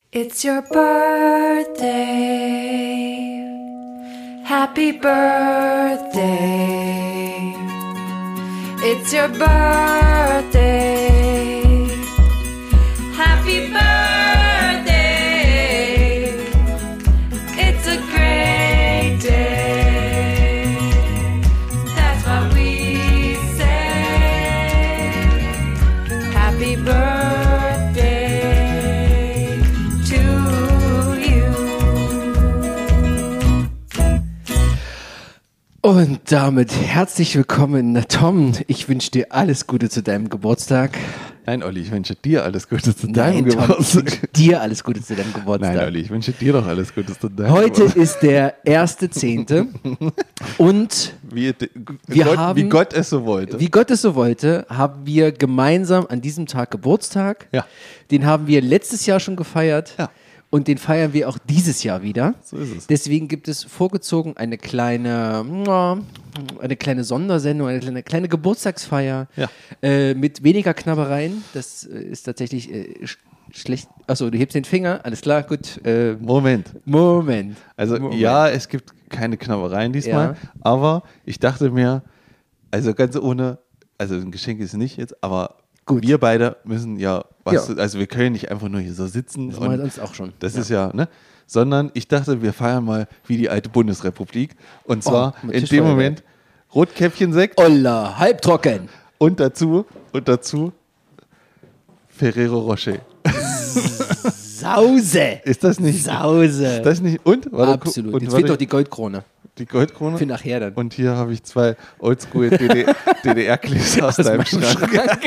It's your birthday. Happy birthday. It's your birthday. Happy birthday. It's a great day. That's what we say. Happy birthday. Und damit herzlich willkommen, Tom. Ich wünsche dir alles Gute zu deinem Geburtstag. Nein, Olli, ich wünsche dir alles Gute zu deinem Geburtstag. Tom, ich wünsche dir alles Gute zu deinem Geburtstag. Nein, Olli, ich wünsche dir doch alles Gute zu deinem Heute Geburtstag. ist der 1.10. und Wie Gott es so wollte. wie Gott es so wollte, haben wir gemeinsam an diesem Tag Geburtstag. Ja. Den haben wir letztes Jahr schon gefeiert. Ja. Und den feiern wir auch dieses Jahr wieder. So ist es. Deswegen gibt es vorgezogen eine kleine Sondersendung, eine kleine Geburtstagsfeier mit weniger Knabbereien. Das ist tatsächlich schlecht. Achso, du hebst den Finger. Alles klar, gut. Moment. Also Moment. ja, es gibt keine Knabbereien diesmal, Ja. aber ich dachte mir, also ganz ohne, also ein Geschenk ist nicht jetzt, aber Gut. wir beide müssen ja was, Ja. also wir können nicht einfach nur hier so sitzen. Das machen wir sonst auch schon. Das ist ja, ne? Sondern ich dachte, wir feiern mal wie die alte Bundesrepublik. Und zwar mit in dem Tischfeuerwerk. Moment Rotkäppchen-Sekt Olla, halbtrocken. und dazu Ferrero Rocher. Sause. Ist das nicht? Sause. Ist das nicht? Und? Warte, Absolut. Und Jetzt warte, fehlt doch die Goldkrone. die Goldkrone. Für nachher dann. Und hier habe ich 2 Oldschool DDR-Gläser aus deinem Schrank.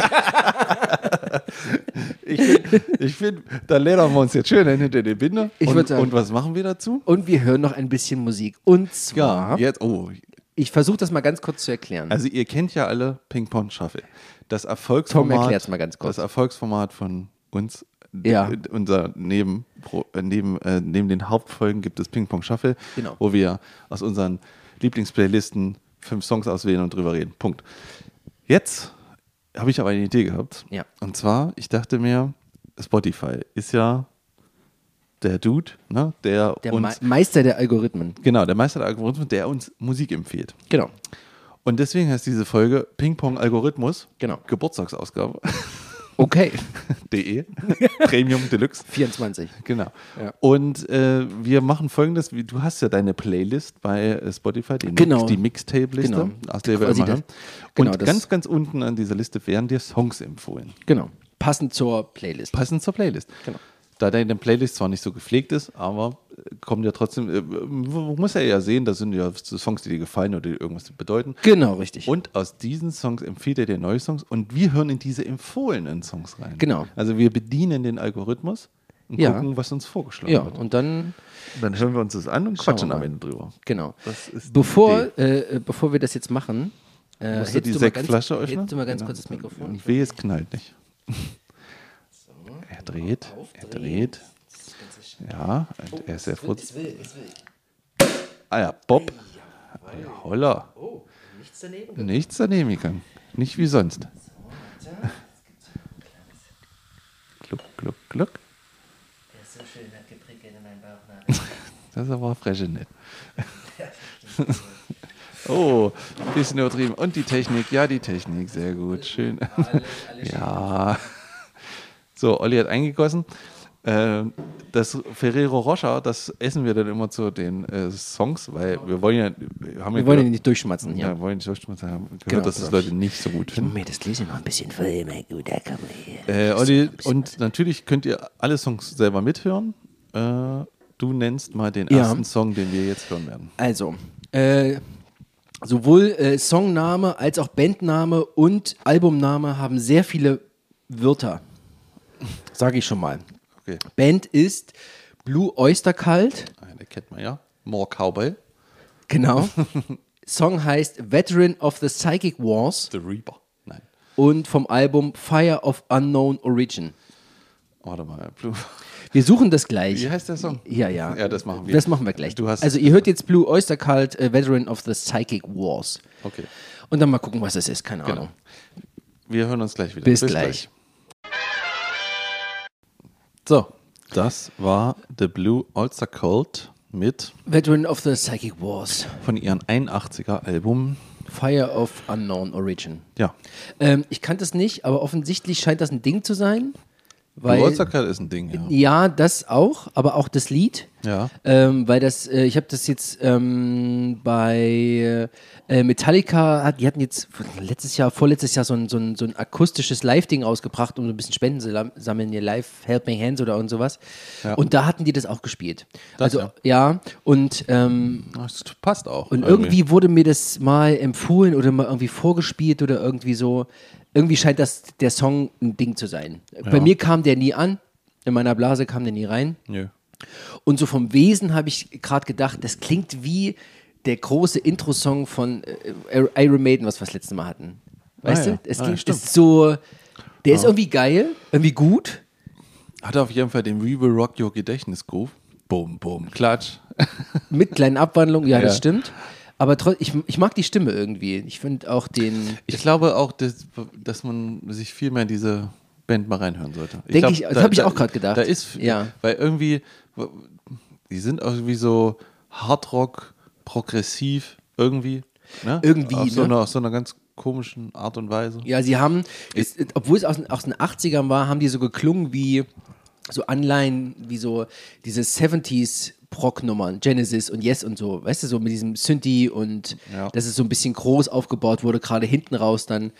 Ich finde, da ledern wir uns jetzt schön hinter den Binder. Ich würd sagen- Und was machen wir dazu? Und wir hören noch ein bisschen Musik. Und zwar, ich versuche das mal ganz kurz zu erklären. Also ihr kennt ja alle Ping-Pong Shuffle. Das Tom Erfolgsformat, erklärt's mal ganz kurz. Das Erfolgsformat von uns. Ja. Neben den Hauptfolgen gibt es Ping-Pong Shuffle, Genau. wo wir aus unseren Lieblingsplaylisten 5 Songs auswählen und drüber reden. Punkt. Jetzt habe ich aber eine Idee gehabt. Ja. Und zwar, ich dachte mir, Spotify ist ja der Dude, ne, der der uns, Meister der Algorithmen. genau, der Meister der Algorithmen, der uns Musik empfiehlt. Genau. Und deswegen heißt diese Folge Ping-Pong-Algorithmus, Genau. Geburtstagsausgabe, Okay. de, Premium Deluxe. 24. Genau. Ja. Und wir machen folgendes, du hast ja deine Playlist bei Spotify, Genau. Die Mixtape-Liste, Genau. aus der wir Quasi immer das- hören. genau, Und das- ganz unten an dieser Liste werden dir Songs empfohlen, Genau. Passend zur Playlist. passend zur Playlist. Genau. Da deine Playlist zwar nicht so gepflegt ist, aber kommen ja trotzdem, man muss ja sehen, das sind ja Songs, die dir gefallen oder die irgendwas bedeuten. Genau, richtig. Und aus diesen Songs empfiehlt er dir neue Songs und wir hören in diese empfohlenen Songs rein. Genau. Also wir bedienen den Algorithmus und Ja. gucken, was uns vorgeschlagen Ja, wird. und dann, Dann hören wir uns das an und Schauen quatschen wir am mal. Ende drüber. genau. Das ist die Bevor wir das jetzt machen, Musst du hältst die mal Sektflasche ganz, öffnen? hältst du mal ganz Genau. kurz das Mikrofon. Und weh, es knallt nicht. Er dreht. Ja, und er ist sehr froh. Es will. Ah ja, Bob. Holla. Oh, nichts daneben. Nichts daneben gegangen. Nicht wie sonst. Gluck, gluck, gluck. Der ist so schön, hat geprickelt in meinem Bauch. Das ist aber fresh nett. Oh, ein bisschen übertrieben. Und die Technik, ja, die Technik, sehr gut, schön. Ja. So, Olli hat eingegossen. Das Ferrero Rocher, das essen wir dann immer zu den Songs, weil wir wollen ja... Wir wollen ihn nicht durchschmatzen ja, hier. wollen nicht durchschmutzen haben. Gehört, Genau, dass das so. Leute nicht so gut finden. Mir das Gläschen noch ein bisschen voll, mein Guter, komm mal her. Olli, und natürlich könnt ihr alle Songs selber mithören. Du nennst mal den Ja. ersten Song, den wir jetzt hören werden. Also, sowohl Songname als auch Bandname und Albumname haben sehr viele Wörter. Sage ich schon mal. Okay, Band ist Blue Oyster Cult. eine kennt man ja. More Cowboy. Genau. Song heißt Veteran of the Psychic Wars The Reaper. Nein, und vom Album Fire of Unknown Origin. warte mal. Blue. Wir suchen das gleich. Wie heißt der Song? Ja. Ja, das machen wir. Das machen wir gleich. Du hast- Also ihr hört jetzt Blue Oyster Cult, Veteran of the Psychic Wars. Okay, Und dann mal gucken, was das ist. Keine genau. Ahnung. Wir hören uns gleich wieder. Bis gleich. So, Das war The Blue Oyster Cult mit Veteran of the Psychic Wars. von ihrem 81er Album. Fire of Unknown Origin. Ja. Ich kannte es nicht, aber offensichtlich scheint das ein Ding zu sein. Blue Weil, Oyster Cult ist ein Ding, ja. ja, das auch, aber auch das Lied. Ja. Weil das, ich habe das jetzt bei Metallica, die hatten jetzt vorletztes Jahr so ein akustisches Live-Ding rausgebracht, um so ein bisschen Spenden zu sammeln, hier Live Help Me Hands oder irgend sowas. Ja. Und da hatten die das auch gespielt. Das, also ja, und Das passt auch. und irgendwie wurde mir das mal empfohlen oder mal irgendwie vorgespielt oder irgendwie so. Irgendwie scheint das der Song ein Ding zu sein. Bei mir kam der nie an, in meiner Blase kam der nie rein. Nö. Und so vom Wesen habe ich gerade gedacht, das klingt wie der große Intro-Song von Iron Maiden, was wir das letzte Mal hatten. Weißt ja. du? Es Stimmt. ist so, der ist irgendwie geil, irgendwie gut. Hat auf jeden Fall den We Will Rock Your Gedächtnis-Groove. Boom, boom, klatsch. Mit kleinen Abwandlungen, ja, das Ja. stimmt. Aber ich mag die Stimme irgendwie. Ich finde auch den. Ich glaube auch, dass man sich viel mehr in diese Band mal reinhören sollte. Das habe ich auch gerade gedacht. Da ist, ja. Weil irgendwie, die sind auch irgendwie so Hardrock, progressiv, irgendwie. Ne? Irgendwie, Auf so einer ganz komischen Art und Weise. Ja, sie haben, obwohl es aus den 80ern war, haben die so geklungen wie so Anleihen, wie so diese 70s Prog-Nummern, Genesis und Yes und so, weißt du, so mit diesem Synthi und dass es so ein bisschen groß aufgebaut wurde, gerade hinten raus dann.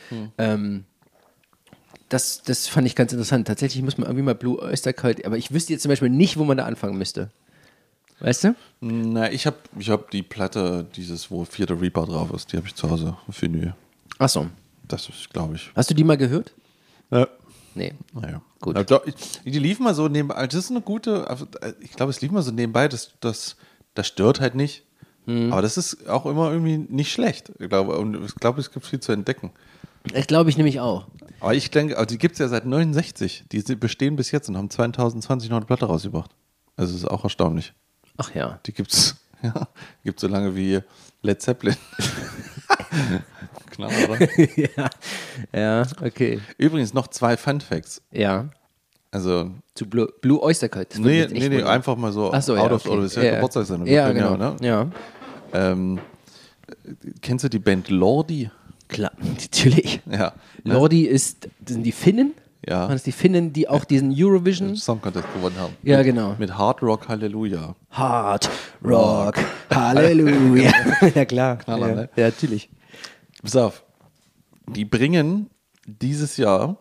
Das fand ich ganz interessant. Tatsächlich muss man irgendwie mal Blue Oyster Cult, aber ich wüsste jetzt zum Beispiel nicht, wo man da anfangen müsste. Weißt du? Na, ich hab die Platte, wo Fear the Reaper drauf ist, die habe ich zu Hause auf Vinyl. Ach so. Das ist, glaube ich. Hast du die mal gehört? Ja. Nee. Naja. Gut. Die liefen mal so nebenbei. Das ist eine gute, ich glaube, es lief mal so nebenbei, das stört halt nicht. Aber das ist auch immer irgendwie nicht schlecht. Ich glaube, es gibt viel zu entdecken. Ich glaube ich nämlich auch. Aber ich denke, die gibt es ja seit 69. Die bestehen bis jetzt und haben 2020 noch eine Platte rausgebracht. Also das ist auch erstaunlich. Ach ja. Die gibt's so lange wie Led Zeppelin. Klar, oder? Ja, okay. Übrigens noch 2 Fun Facts. Ja. Also Zu Blue Oyster Cult. Das würde mich jetzt echt wundern. einfach mal so Ach so, out ja, of okay. order. Das ist ja Geburtstagssendung. Ja, Wir können genau. Ja, ne? Kennst du die Band Lordi? Klar, natürlich. Ja. Lordi sind die Finnen? Ja. Waren das die Finnen, die auch diesen Eurovision? Song Contest gewonnen haben. Ja, genau. Mit Hard Rock Hallelujah. Hard Rock, Halleluja. Ja, klar. Knaller, ja. ne? Ja, natürlich. Pass auf. Die bringen dieses Jahr,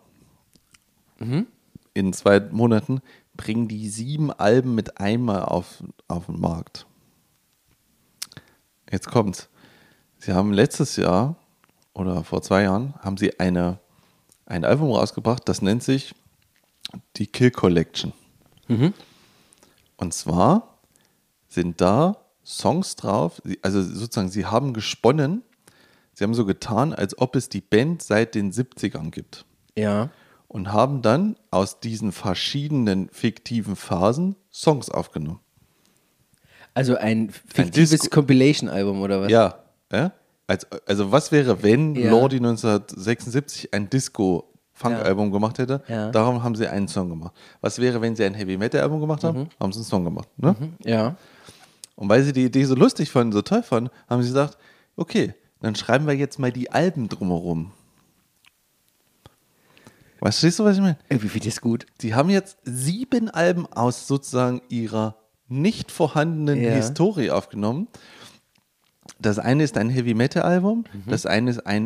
in 2 Monaten, bringen die 7 Alben mit einmal auf den Markt. Jetzt kommt's. Sie haben letztes Jahr oder vor 2 Jahren haben sie ein Album rausgebracht, das nennt sich die Kill Collection. Und zwar sind da Songs drauf, also sozusagen sie haben gesponnen, sie haben so getan, als ob es die Band seit den 70ern gibt. Ja. Und haben dann aus diesen verschiedenen fiktiven Phasen Songs aufgenommen. Also ein fiktives Compilation-Album oder was? Ja. Also was wäre, wenn Ja. Lordi 1976 ein Disco-Funk-Album gemacht hätte? Ja. Darum haben sie einen Song gemacht. Was wäre, wenn sie ein Heavy-Metal-Album gemacht haben? Haben sie einen Song gemacht. Ne? Ja. Und weil sie die Idee so lustig fanden, so toll fanden, haben sie gesagt, okay, dann schreiben wir jetzt mal die Alben drumherum. Verstehst du, was ich meine? Irgendwie finde ich das gut. Die haben jetzt 7 Alben aus sozusagen ihrer nicht vorhandenen Historie aufgenommen. Das eine ist ein Heavy-Metal-Album, das eine ist ein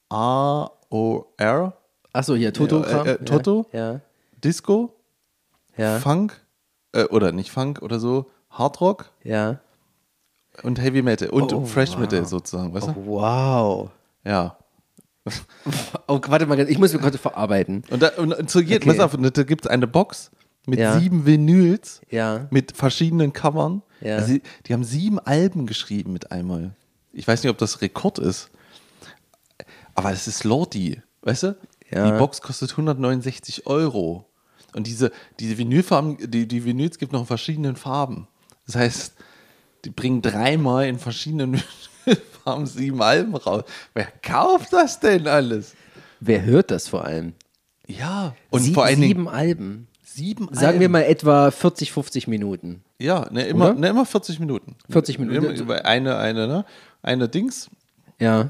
ROR, Achso, hier, Toto-Kram. Toto, Ja. Disco, Ja. Funk, oder nicht Funk oder so, Hardrock Ja. und Heavy Metal und Oh, Fresh wow. Metal sozusagen, weißt du? Wow. Ja. Oh, warte mal, ich muss mir kurz verarbeiten. Und zu jedem, Okay. pass auf, da gibt es eine Box mit Ja. 7 Vinyls, Ja. mit verschiedenen Covern. Ja. Also die haben 7 Alben geschrieben mit einmal. Ich weiß nicht, ob das Rekord ist. Aber es ist Lordi, weißt du? Ja. Die Box kostet 169 €. Und diese Vinylfarben, die Vinyls gibt noch in verschiedenen Farben. Das heißt, die bringen 3-mal in verschiedenen Farben 7 Alben raus. Wer kauft das denn alles? Wer hört das vor allem? Ja. Und vor allen Dingen 7 Alben. 7 Sagen wir mal etwa 40, 50 Minuten. Ja, Oder? immer 40 Minuten. 40 Minuten. Immer eine Dings, Ja.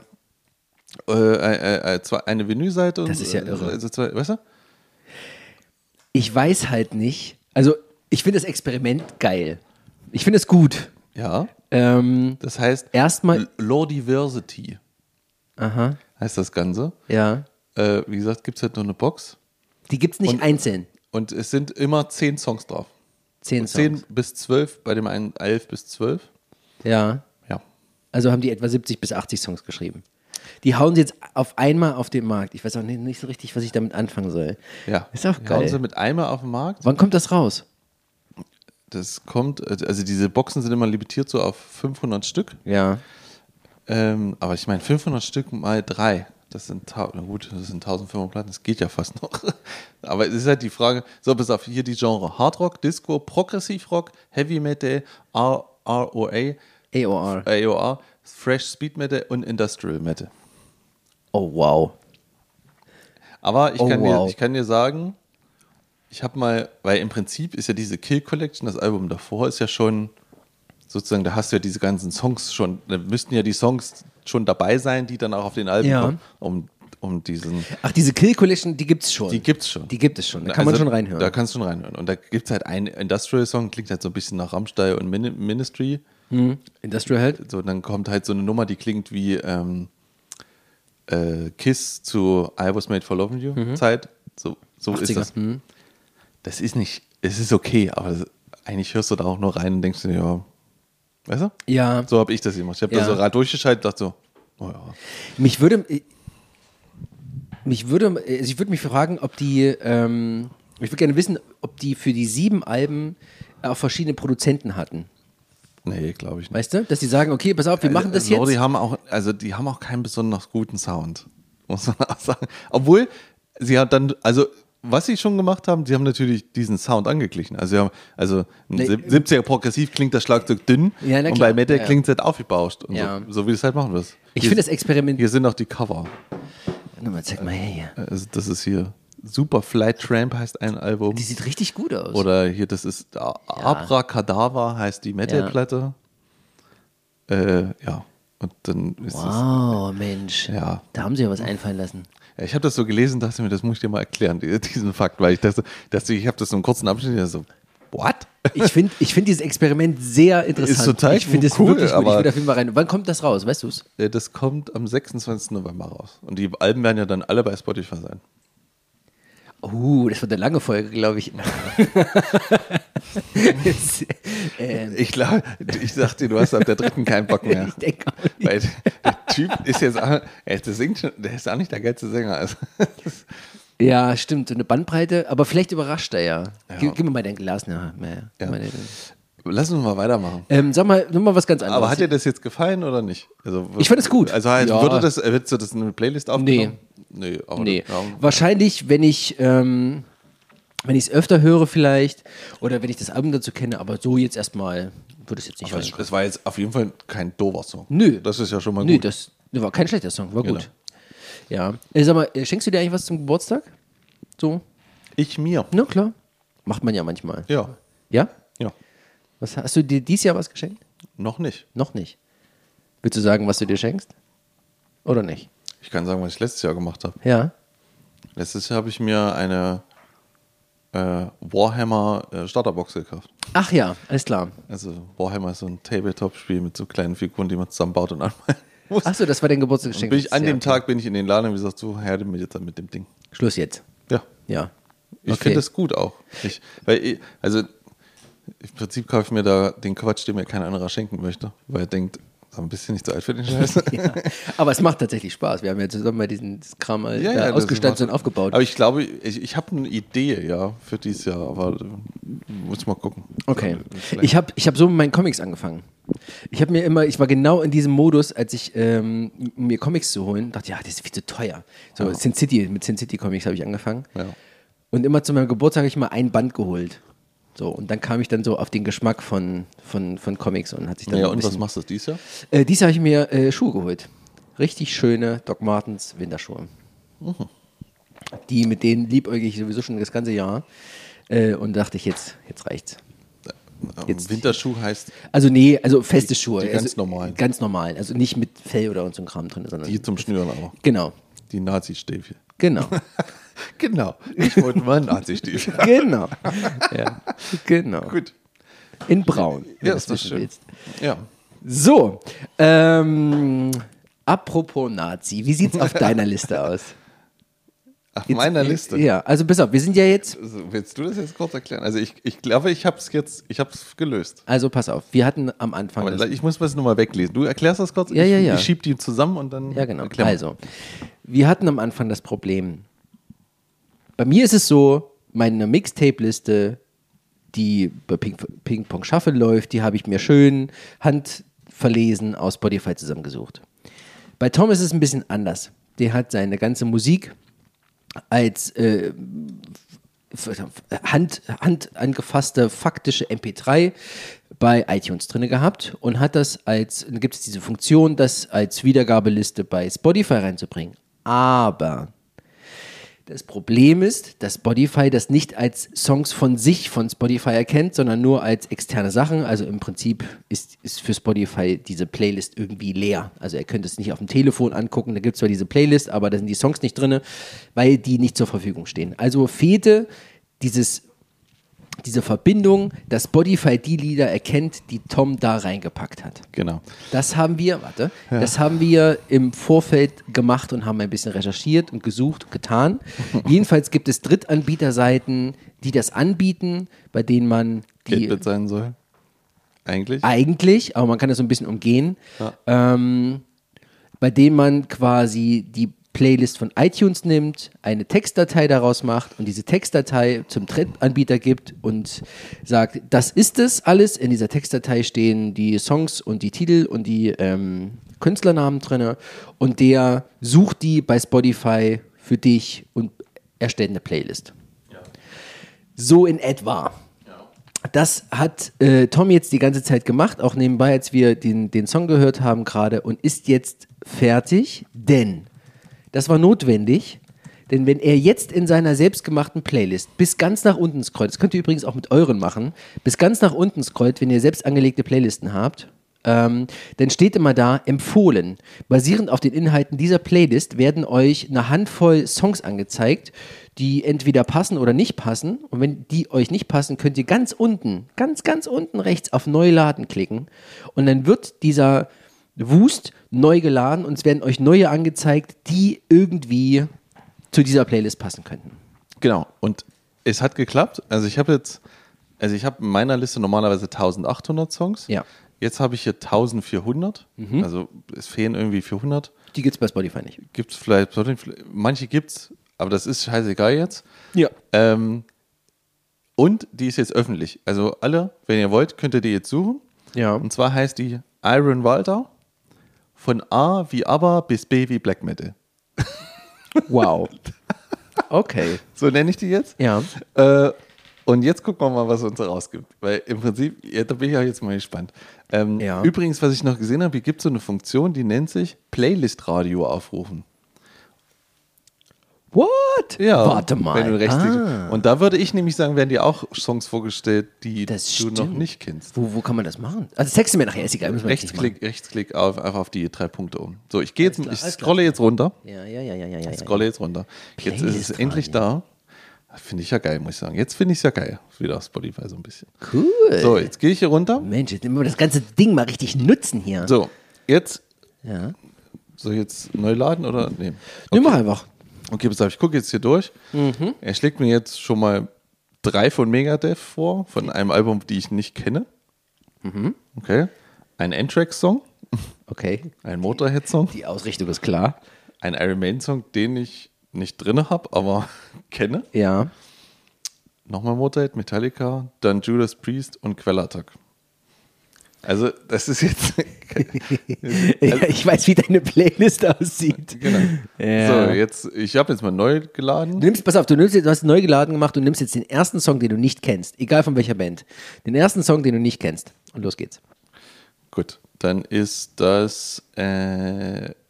eine Vinylseite. Das ist ja irre. Also zwei, weißt du? Ich weiß halt nicht. Also, ich finde das Experiment geil. Ich finde es gut. Ja. Das heißt Erstmal. Lordiversity Aha. heißt das Ganze. Ja. Wie gesagt, gibt es halt nur eine Box. Die gibt es nicht Und- einzeln. Und es sind immer 10 Songs drauf. 10 Und Songs. 10 bis 12, bei dem einen 11 bis 12. Ja. Ja. Also haben die etwa 70 bis 80 Songs geschrieben. Die hauen sie jetzt auf einmal auf den Markt. Ich weiß auch nicht so richtig, was ich damit anfangen soll. Ja. Ist auch Die hauen geil. sie mit einmal auf den Markt. Wann kommt das raus? Das kommt, also diese Boxen sind immer limitiert so auf 500 Stück. Ja. Aber ich meine, 500 Stück mal 3. Das sind, na gut, das sind 1500 Platten, das geht ja fast noch. Aber es ist halt die Frage, so, bis auf hier die Genre Hard Rock, Disco, Progressivrock, Heavy Metal, ROA, AOR, Fresh Speed Metal und Industrial Metal. Oh, wow. Aber ich wow. kann dir sagen, ich habe mal, weil im Prinzip ist ja diese Kill Collection, das Album davor ist ja schon, sozusagen, da hast du ja diese ganzen Songs schon, da müssten ja die Songs schon dabei sein, die dann auch auf den Alben Ja. kommen, um diesen... Ach, diese Kill Collection, die gibt's schon. Die gibt's schon. Die gibt es schon. Da kann man Also, schon reinhören. Da kannst du schon reinhören. Und da gibt es halt einen Industrial-Song, klingt halt so ein bisschen nach Rammstein und Ministry. Industrial halt. So, dann kommt halt so eine Nummer, die klingt wie Kiss zu I Was Made for Loving You Zeit. So ist 80er. das. Das ist nicht, es ist okay, aber eigentlich hörst du da auch nur rein und denkst dir, ja, weißt du? Ja. So habe ich das gemacht. Ich habe Ja. da so Rad durchgeschaltet und dachte so, oh ja. Ich würde mich fragen, ob die, ich würde gerne wissen, ob die für die 7 Alben auch verschiedene Produzenten hatten. Nee, glaube ich nicht. Weißt du? Dass die sagen, okay, pass auf, wir machen das Lordi jetzt. haben auch keinen besonders guten Sound, muss man auch sagen. Obwohl, sie hat dann, also was sie schon gemacht haben, sie haben natürlich diesen Sound angeglichen. Also ein 70er Progressiv klingt das Schlagzeug dünn Ja, na und klar. bei Metal Ja. klingt es halt aufgebauscht. Und Ja. so wie du es halt machen wirst. Ich finde das Experiment. Hier sind auch die Cover. Zeig mal her hier. Also das ist hier Super Flight Tramp heißt ein Album. Die sieht richtig gut aus. Oder hier, das ist Abracadabra heißt die Metalplatte. Ja. Und dann ist Wow, Mensch. Ja. Da haben sie ja was einfallen lassen. Ja, ich habe das so gelesen, dachte mir, das muss ich dir mal erklären, diesen Fakt, weil ich dachte, ich habe das so einen kurzen Abschnitt, so, what? Ich find dieses Experiment sehr interessant. Ist total ich finde es cool, wirklich gut. Ich aber- will auf jeden Fall rein. Wann kommt das raus? Weißt du es? Das kommt am 26. November raus. Und die Alben werden ja dann alle bei Spotify sein. Das wird eine lange Folge, glaube ich. Ich glaube, ich dachte, du hast ab der 3. keinen Bock mehr. Ich denke auch nicht. Weil der Typ ist jetzt auch, der singt schon, der ist auch nicht der geilste Sänger. Also, Ja, stimmt. So eine Bandbreite, aber vielleicht überrascht er ja. Ja. Gib mir mal dein Glas. Ja. lass uns mal weitermachen. Sag mal, nur mal was ganz anderes. Aber hat dir das jetzt gefallen oder nicht? Also, Ich fand es gut. Also Ja. würdest du das in eine Playlist aufnehmen? Nee, aber Nee. Ja. Wahrscheinlich, wenn ich es öfter höre vielleicht oder wenn ich das Album dazu kenne, aber so jetzt erstmal würde es jetzt nicht rein. Das war jetzt auf jeden Fall kein doofer Song. Nö. Das ist ja schon mal Nee, gut. das war kein schlechter Song, war Genau. gut. Ja. Sag mal, schenkst du dir eigentlich was zum Geburtstag? So? Ich mir. Na klar. Macht man ja manchmal. Ja. Ja? Ja. Was, hast du dir dieses Jahr was geschenkt? Noch nicht. Noch nicht. Willst du sagen, was du dir schenkst? Oder nicht? Ich kann sagen, was ich letztes Jahr gemacht habe. Ja. Letztes Jahr habe ich mir eine Warhammer Starterbox gekauft. Ach ja, alles klar. Also Warhammer ist so ein Tabletop-Spiel mit so kleinen Figuren, die man zusammenbaut und anmalen muss. Achso, das war dein Geburtstagsgeschenk. Bin ich an Ja, dem okay. Tag bin ich in den Laden und gesagt, so, her mit jetzt mit dem Ding. Schluss jetzt. Ja. Ja. Ich Okay. finde das gut auch. Im Prinzip kaufe ich mir da den Quatsch, den mir kein anderer schenken möchte, weil er denkt, ist ein bisschen nicht so alt für den Scheiß. Ja. Aber es macht tatsächlich Spaß. Wir haben ja zusammen mal diesen Kram mal da das ausgestanzt macht- und aufgebaut. Aber ich glaube, ich habe eine Idee, ja, für dieses Jahr, aber muss mal gucken. Okay. Vielleicht. Ich hab so mit meinen Comics angefangen. Ich war genau in diesem Modus, als ich mir Comics zu holen, dachte, ja, das ist viel zu teuer. So Ja. mit Sin City Comics habe ich angefangen. Ja. Und immer zu meinem Geburtstag habe ich mal ein Band geholt. So, und dann kam ich dann so auf den Geschmack von Comics und hat sich dann Ja, ein und was bisschen, machst du dieses Jahr? Dies habe ich mir Schuhe geholt. Richtig schöne Doc Martens Winterschuhe. Mit denen liebäugel ich sowieso schon das ganze Jahr. Und dachte ich, jetzt reicht's. Jetzt- Winterschuh heißt Also nee, also feste Schuhe. die ganz also, normalen. Ganz normal. Also nicht mit Fell oder so ein Kram drin, sondern die zum Schnüren auch. genau. Die Nazi-Stiefel. Genau. Genau. Ich wollte mal Nazi-Stiefel. Genau. Ja. Genau. Gut. In braun. wenn Ja, du ist das wissen schön. willst. Ja. So. Apropos Nazi, wie sieht's auf deiner Liste aus? Auf meiner Liste. Ja, also pass auf, wir sind ja jetzt. Also, willst du das jetzt kurz erklären? Also ich glaube, ich habe es gelöst. Also pass auf, wir hatten am Anfang. Aber ich muss was nochmal weglesen. Du erklärst das kurz? Ja, ich, ja, ja. Ich schieb die zusammen und dann Ja, genau. erklär mal. Also, wir hatten am Anfang das Problem. Bei mir ist es so, meine Mixtape-Liste, die bei Ping Pong Shuffle läuft, die habe ich mir schön handverlesen aus Spotify zusammengesucht. Bei Tom ist es ein bisschen anders. Der hat seine ganze Musik als Hand angefasste faktische MP3 bei iTunes drin gehabt und hat das dann gibt es diese Funktion, das als Wiedergabeliste bei Spotify reinzubringen. Aber das Problem ist, dass Spotify das nicht als Songs von sich von Spotify erkennt, sondern nur als externe Sachen. Also im Prinzip ist für Spotify diese Playlist irgendwie leer. Also er könnte es nicht auf dem Telefon angucken, da gibt es zwar diese Playlist, aber da sind die Songs nicht drin, weil die nicht zur Verfügung stehen. Also fehlte diese Verbindung, dass Spotify die Lieder erkennt, die Tom da reingepackt hat. Genau. Das haben wir im Vorfeld gemacht und haben ein bisschen recherchiert und gesucht und getan. Jedenfalls gibt es Drittanbieterseiten, die das anbieten, bei denen man Geld sein soll. Eigentlich. aber man kann das so ein bisschen umgehen, bei denen man quasi die Playlist von iTunes nimmt, eine Textdatei daraus macht und diese Textdatei zum Drittanbieter gibt und sagt, das ist es alles. In dieser Textdatei stehen die Songs und die Titel und die Künstlernamen drin und der sucht die bei Spotify für dich und erstellt eine Playlist. Ja. So in etwa. Das hat Tom jetzt die ganze Zeit gemacht, auch nebenbei, als wir den Song gehört haben gerade und ist jetzt fertig, denn das war notwendig, denn wenn er jetzt in seiner selbstgemachten Playlist bis ganz nach unten scrollt, das könnt ihr übrigens auch mit euren machen, bis ganz nach unten scrollt, wenn ihr selbst angelegte Playlisten habt, dann steht immer da, empfohlen. Basierend auf den Inhalten dieser Playlist werden euch eine Handvoll Songs angezeigt, die entweder passen oder nicht passen. Und wenn die euch nicht passen, könnt ihr ganz unten, ganz unten rechts auf Neu laden klicken. Und dann wird dieser Wust neu geladen und es werden euch neue angezeigt, die irgendwie zu dieser Playlist passen könnten. Genau. Und es hat geklappt. Also ich habe in meiner Liste normalerweise 1800 Songs. Ja. Jetzt habe ich hier 1400. Also es fehlen irgendwie 400. Die gibt es bei Spotify nicht. Gibt es vielleicht, manche gibt es, aber das ist scheißegal jetzt. Ja. Und die ist jetzt öffentlich. Also alle, wenn ihr wollt, könnt ihr die jetzt suchen. Ja. Und zwar heißt die Iron Walter. Von A wie ABBA bis B wie Black Metal. Wow. Okay. So nenne ich die jetzt. Ja. Und jetzt gucken wir mal, was uns rausgibt. Weil im Prinzip, ja, da bin ich ja jetzt mal gespannt. Ja. Übrigens, was ich noch gesehen habe, hier gibt es so eine Funktion, die nennt sich Playlist-Radio aufrufen. What? Ja, Warte mal. Wenn du rechtsklickst. Und da würde ich nämlich sagen, werden dir auch Songs vorgestellt, die Das du stimmt. noch nicht kennst. Wo kann man das machen? Also texte mir nachher, ist egal. Müssen wir nicht machen. Rechtsklick einfach auf die 3 Punkte um. So, ich gehe jetzt, klar, ich alles scrolle jetzt runter. Ja. Ich scrolle jetzt runter. Jetzt ist es Playlist endlich da. Finde ich ja geil, muss ich sagen. Jetzt finde ich es ja geil. Wieder auf Spotify so ein bisschen. Cool. So, jetzt gehe ich hier runter. Mensch, jetzt müssen wir das ganze Ding mal richtig nutzen hier. So, jetzt. Ja. Soll ich jetzt neu laden oder? Nee. Nee, mach einfach. Okay, pass auf, ich gucke jetzt hier durch. Er schlägt mir jetzt schon mal 3 von Megadeth vor, von einem Album, die ich nicht kenne. Okay. Ein Anthrax-Song, Okay. ein Motorhead-Song, Die Ausrichtung ist klar. ein Iron Maiden-Song, den ich nicht drin habe, aber kenne. Ja. Nochmal Motorhead, Metallica, dann Judas Priest und Quellattack. Also, das ist jetzt. Ja, ich weiß, wie deine Playlist aussieht. Genau. Ja. So, ich habe jetzt mal neu geladen. Pass auf, du hast neu geladen gemacht und nimmst jetzt den ersten Song, den du nicht kennst, egal von welcher Band. Den ersten Song, den du nicht kennst. Und los geht's. Gut, dann ist das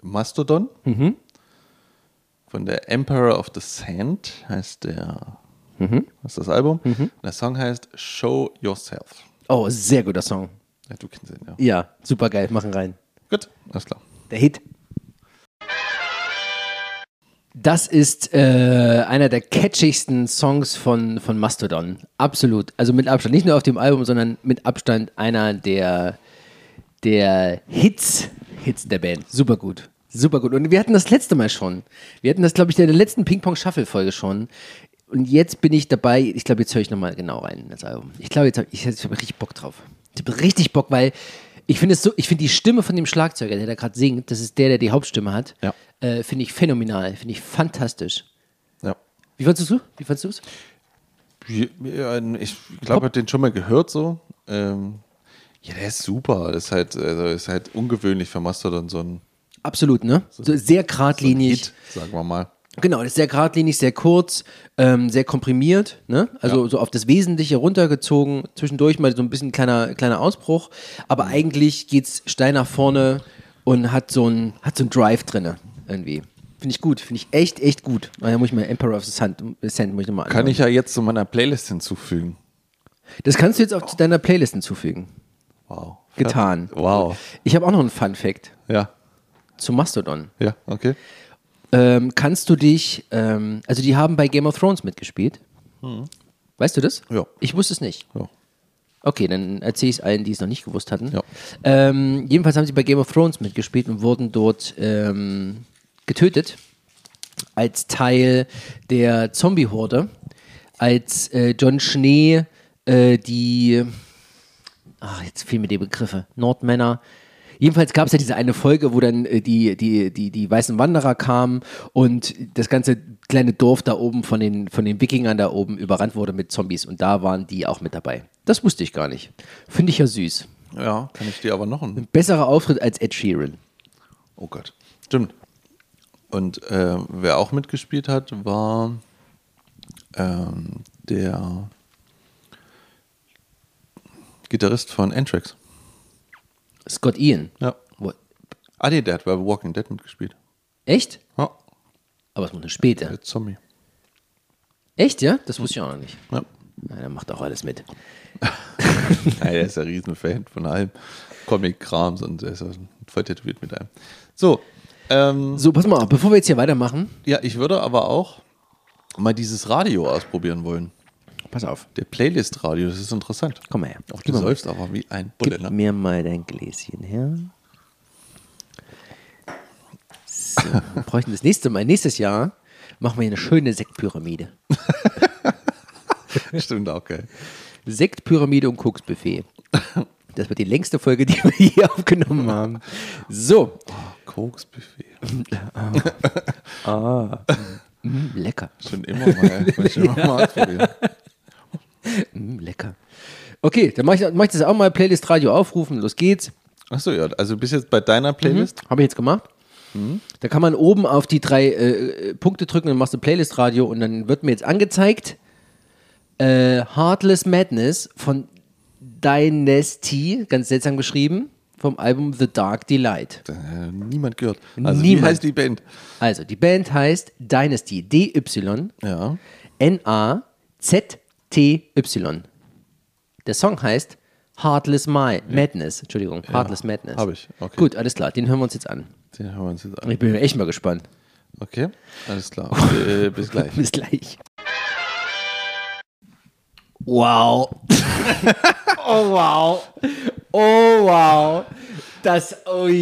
Mastodon von der Emperor of the Sand, heißt der Das ist das Album. Der Song heißt Show Yourself. Oh, sehr guter Song. Ja, du kennst ihn, ja. Ja, super geil. Machen rein. Gut, alles klar. Der Hit. Das ist einer der catchigsten Songs von Mastodon. Absolut. Also mit Abstand. Nicht nur auf dem Album, sondern mit Abstand einer der Hits der Band. Super gut. Super gut. Und wir hatten das letzte Mal schon. Wir hatten das, glaube ich, in der letzten Ping-Pong-Shuffle-Folge schon. Und jetzt bin ich dabei. Ich glaube, jetzt höre ich nochmal genau rein in das Album. Ich glaube, ich habe richtig Bock drauf. Ich habe richtig Bock, weil ich finde die Stimme von dem Schlagzeuger, der da gerade singt, das ist der die Hauptstimme hat, Ja. finde ich phänomenal, finde ich fantastisch. Ja. Wie fandest du es? Ja, ich glaube, ich habe den schon mal gehört so. Ja, der ist super. Das ist halt ungewöhnlich für Mastodon so ein Absolut, ne? So sehr geradlinig. Hit, sagen wir mal. Genau, das ist sehr geradlinig, sehr kurz, sehr komprimiert, ne? Also so auf das Wesentliche runtergezogen, zwischendurch mal so ein bisschen kleiner Ausbruch, aber eigentlich geht's steil nach vorne und hat so ein Drive drinne irgendwie. Finde ich gut, finde ich echt gut. Da muss ich mal Emperor of the Sand muss ich nochmal anhören. Kann ich ja jetzt zu meiner Playlist hinzufügen. Das kannst du jetzt auch zu deiner Playlist hinzufügen. Wow. Getan. Wow. Ich habe auch noch einen Fun-Fact Ja, zu Mastodon. ja, okay. Kannst du dich, also die haben bei Game of Thrones mitgespielt. Weißt du das? Ja. Ich wusste es nicht. Ja. Okay, dann erzähle ich es allen, die es noch nicht gewusst hatten. Ja. Jedenfalls haben sie bei Game of Thrones mitgespielt und wurden dort getötet als Teil der Zombie-Horde, als Jon Schnee jetzt fehlen mir die Begriffe, Nordmänner. Jedenfalls gab es ja diese eine Folge, wo dann die weißen Wanderer kamen und das ganze kleine Dorf da oben von den Wikingern da oben überrannt wurde mit Zombies und da waren die auch mit dabei. Das wusste ich gar nicht. Finde ich ja süß. Ja, kann ich dir aber noch einen. Besserer Auftritt als Ed Sheeran. Oh Gott. Stimmt. Und wer auch mitgespielt hat, war der Gitarrist von Anthrax. Scott Ian. Ja. What? Ah, nee, der hat bei Walking Dead mitgespielt. Echt? Ja, Aber es muss eine später. der Zombie. Echt, ja? Das wusste ich auch noch nicht. Ja. Na, der macht auch alles mit. Ja, er ist ja ein Riesenfan von allem Comic-Krams und er ist ja voll tätowiert mit einem. So, So, pass mal auf, bevor wir jetzt hier weitermachen. ja, ich würde aber auch mal dieses Radio ausprobieren wollen. Pass auf. Der Playlist-Radio, das ist interessant. Komm mal her. Auch du säufst aber wie ein Bulle, Gib ne? mir mal dein Gläschen her. So, wir bräuchten das nächstes Jahr machen wir hier eine schöne Sektpyramide. Stimmt auch, geil. Sektpyramide und Koksbuffet. Das wird die längste Folge, die wir hier aufgenommen haben. So. Koksbuffet. Lecker. Schon immer mal, mal ausprobieren. Lecker. Okay, dann mach ich das auch mal. Playlist Radio aufrufen. Los geht's. Achso, ja, also bist jetzt bei deiner Playlist? Habe ich jetzt gemacht. Da kann man oben auf die 3 Punkte drücken und machst du Playlist Radio und dann wird mir jetzt angezeigt Heartless Madness von Dynasty, ganz seltsam geschrieben, vom Album The Dark Delight. Niemand gehört. Also Niemand. wie heißt die Band? Also, die Band heißt Dynasty, D-Y, Ja. N-A-Z-T-Y. Der Song heißt Heartless Madness. Entschuldigung, Heartless Madness. hab ich, okay. Gut, alles klar, den hören wir uns jetzt an. Den hören wir uns jetzt an. Ich bin echt mal gespannt. Okay, alles klar. Bis gleich. Bis gleich. Wow. Oh wow. Oh wow. Das,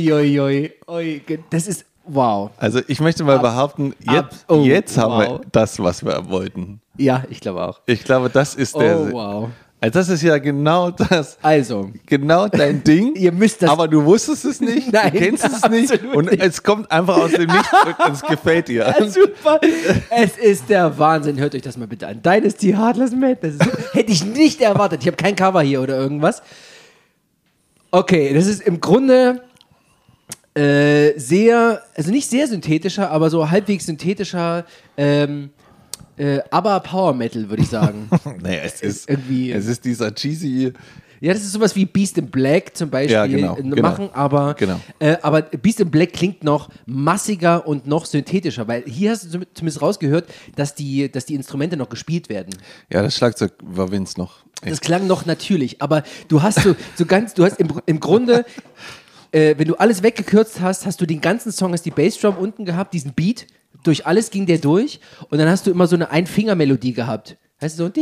das ist, wow. Also ich möchte mal behaupten, jetzt haben wir das, was wir wollten. Ja, ich glaube auch. Ich glaube, das ist der... Oh wow. Also das ist ja genau das. Also. Genau dein Ding. Ihr müsst das... Aber du wusstest es nicht, Nein, du kennst es nicht absolut und nicht. es kommt einfach aus dem Nichts und es gefällt dir. Ja, super. Es ist der Wahnsinn. Hört euch das mal bitte an. Dynasty Heartless Madness. Hätte ich nicht erwartet. Ich habe kein Cover hier oder irgendwas. Okay, das ist im Grunde sehr, also nicht sehr synthetischer, aber so halbwegs synthetischer, aber Power Metal, würde ich sagen. Naja, es ist irgendwie- dieser cheesy Ja, das ist sowas wie Beast in Black zum Beispiel Ja, genau. machen, aber, Genau. aber Beast in Black klingt noch massiger und noch synthetischer, weil hier hast du zumindest rausgehört, dass die Instrumente noch gespielt werden. Ja, das Schlagzeug war Vince noch. Das klang noch natürlich, aber du hast du hast im Grunde, wenn du alles weggekürzt hast, hast du den ganzen Song, hast die Bassdrum unten gehabt, diesen Beat, durch alles ging der durch und dann hast du immer so eine Einfingermelodie gehabt. Heißt so,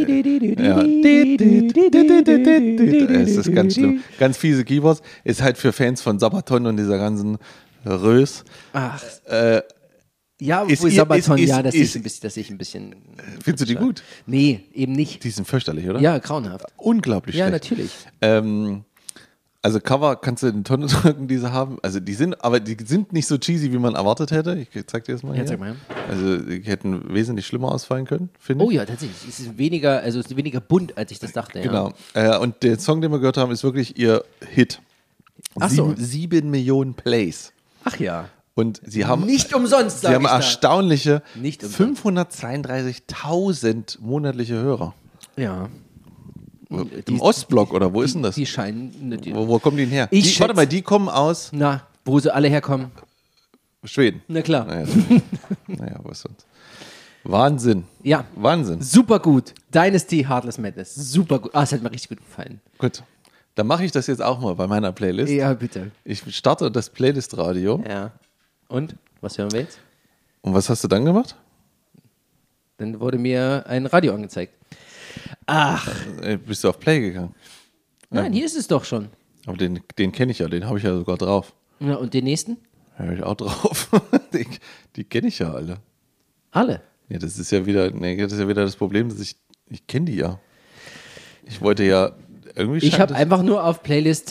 Es ist ganz schlimm. Ganz fiese Keyboards. Ist halt für Fans von Sabaton und dieser ganzen Rös. Ach. Ja, Ist obwohl ihr- Sabaton, ist- ja, das ist- sehe ich ein bisschen. Findest du die gut? Nee, eben nicht. Die sind fürchterlich, oder? Ja, grauenhaft. Unglaublich Ja, schlecht. natürlich. Also Cover kannst du in die Tonne drücken, die sie haben. Also die sind nicht so cheesy, wie man erwartet hätte. Ich zeig dir das mal Ja, hier. zeig mal. Also die hätten wesentlich schlimmer ausfallen können, finde ich. Oh ja, tatsächlich. Es ist weniger bunt, als ich das dachte. Ja. Genau. Und der Song, den wir gehört haben, ist wirklich ihr Hit. Ach so. 7 Millionen Plays. Ach ja. Und sie haben Nicht umsonst, sie sag haben ich da. erstaunliche Nicht umsonst. 532.000 monatliche Hörer. Ja. Im Ostblock, oder wo ist denn das? Die scheinen. Wo kommen die denn her? Ich Warte schätz- mal, die kommen aus Na, wo sie alle herkommen. Schweden. Na klar. Naja, naja, was sonst. Wahnsinn. Ja. Wahnsinn. Super gut. Dynasty Heartless Madness. Super gut. Ah, es hat mir richtig gut gefallen. Gut. Dann mache ich das jetzt auch mal bei meiner Playlist. Ja, bitte. Ich starte das Playlist-Radio. Ja. Und? Was hören wir jetzt? Und was hast du dann gemacht? Dann wurde mir ein Radio angezeigt. Ach, Bist du auf Play gegangen? nein, hier ist es doch schon. Aber den kenne ich ja, den habe ich ja sogar drauf. Ja, und den nächsten? Habe ich auch drauf. die kenne ich ja alle. Alle. Ja, das ist ja wieder das Problem, dass ich kenne die ja. Ich wollte ja irgendwie Ich scheint habe es- einfach nur auf Playlist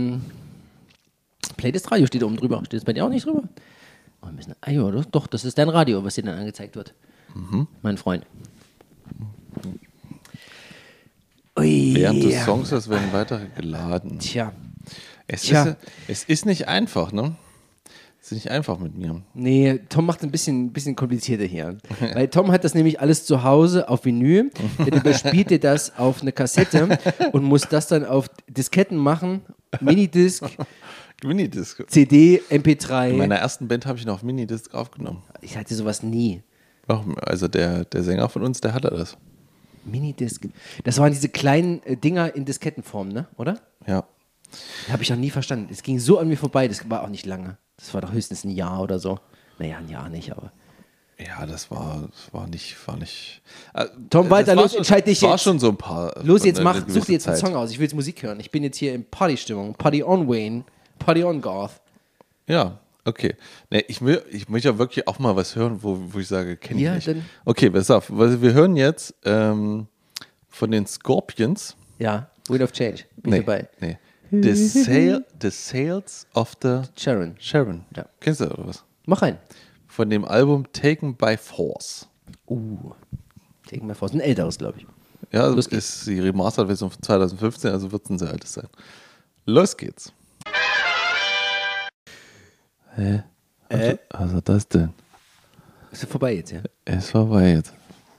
Radio steht oben drüber. Steht es bei dir auch nicht drüber? Oh, ein bisschen, ja, doch, das ist dein Radio, was dir dann angezeigt wird. Mein Freund. Ui, während des ja. Songs, das werden weitere geladen. Tja, Es ist nicht einfach, ne? Es ist nicht einfach mit mir. nee, Tom macht es ein bisschen komplizierter hier. Weil Tom hat das nämlich alles zu Hause auf Vinyl, dann überspielt er das auf eine Kassette und muss das dann auf Disketten machen, Minidisc, Minidisc. CD, MP3. In meiner ersten Band habe ich noch auf Minidisc aufgenommen. Ich hatte sowas nie. Also der Sänger von uns, der hatte das. Minidisc. Das waren diese kleinen Dinger in Diskettenform, ne? Oder? Ja. Habe ich noch nie verstanden. Es ging so an mir vorbei, das war auch nicht lange. Das war doch höchstens ein Jahr oder so. Naja, ein Jahr nicht, aber. Ja, das war nicht. Tom, weiter, das war los, schon- entscheid dich war jetzt. schon so ein paar. Los, jetzt eine such gewisse dir jetzt einen Zeit. Song aus. Ich will jetzt Musik hören. Ich bin jetzt hier in Partystimmung. Party on Wayne. Party on Garth. Ja, okay. Nee, ich möchte ja wirklich auch mal was hören, wo ich sage, kenne ich Ja, nicht. dann- Okay, pass auf. Wir hören jetzt von den Scorpions. Ja, Wind of Change. Bin ich dabei. Nee. The Sales of the Sharon. Sharon. Ja. Kennst du oder was? Mach rein. Von dem Album Taken by Force. Take mal vor. Das ist ein älteres, glaube ich. Ja, Los das geht's. ist die Remastered-Version von 2015, also wird es ein sehr altes sein. Los geht's. Hä? Was ist das denn? Ist ja vorbei jetzt, ja? Es ist vorbei jetzt.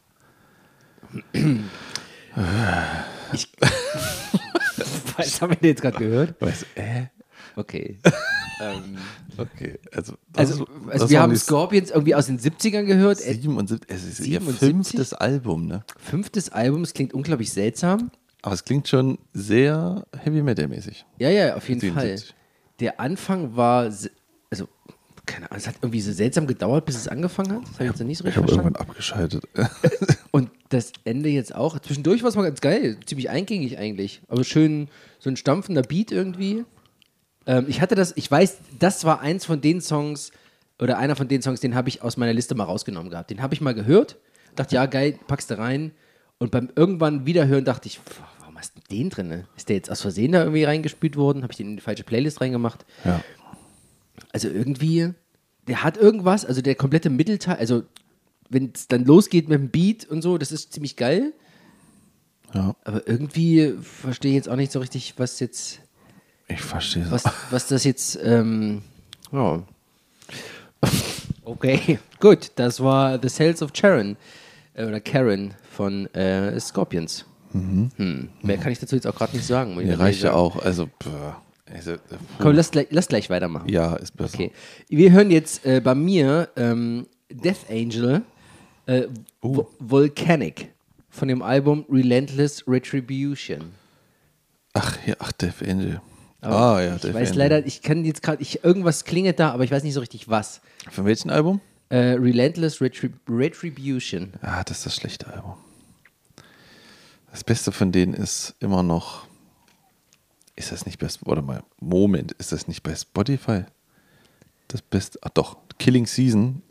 Was haben wir denn jetzt gerade gehört? Was? Okay. Okay, also, Also das wir waren haben die Scorpions irgendwie aus den 70ern gehört. 77, es ist ihr 77? 5. Album, ne? 5. Album, es klingt unglaublich seltsam. Aber es klingt schon sehr Heavy Metal-mäßig. Ja, auf jeden 77. Fall. Der Anfang war, also, keine Ahnung, es hat irgendwie so seltsam gedauert, bis es angefangen hat. Das habe ich jetzt noch nicht so Ich richtig habe verstanden. irgendwann abgeschaltet. Und das Ende jetzt auch. Zwischendurch war es mal ganz geil, ziemlich eingängig eigentlich. Aber schön, so ein stampfender Beat irgendwie. Ich weiß, das war eins von den Songs, oder einer von den Songs, den habe ich aus meiner Liste mal rausgenommen gehabt. Den habe ich mal gehört, dachte, ja, geil, packst du rein. Und beim irgendwann Wiederhören dachte ich, warum hast du den drin? Ne? Ist der jetzt aus Versehen da irgendwie reingespült worden? Habe ich den in die falsche Playlist reingemacht? Ja. Also irgendwie, der hat irgendwas, also der komplette Mittelteil, also wenn es dann losgeht mit dem Beat und so, das ist ziemlich geil. Ja. Aber irgendwie verstehe ich jetzt auch nicht so richtig, was jetzt, Ich verstehe es. was das jetzt, ja. Okay, gut, das war The Sales of Sharon, oder Karen von Scorpions. Mehr kann ich dazu jetzt auch gerade nicht sagen. muss ich Mir ganz ehrlich reicht ja sagen. auch. Also, Komm, lass gleich weitermachen. ja, ist besser. Okay. Wir hören jetzt bei mir Death Angel Volcanic von dem Album Relentless Retribution. Ach, Death Angel. Aber ja, ich Death weiß Angel. leider, ich kann jetzt gerade, irgendwas klingelt da, aber ich weiß nicht so richtig was. Von welchem Album? Relentless Retribution. Ah, das ist das schlechte Album. Das Beste von denen ist immer noch. Ist das nicht bei Moment, ist das nicht bei Spotify? Das Beste. Ach doch, Killing Season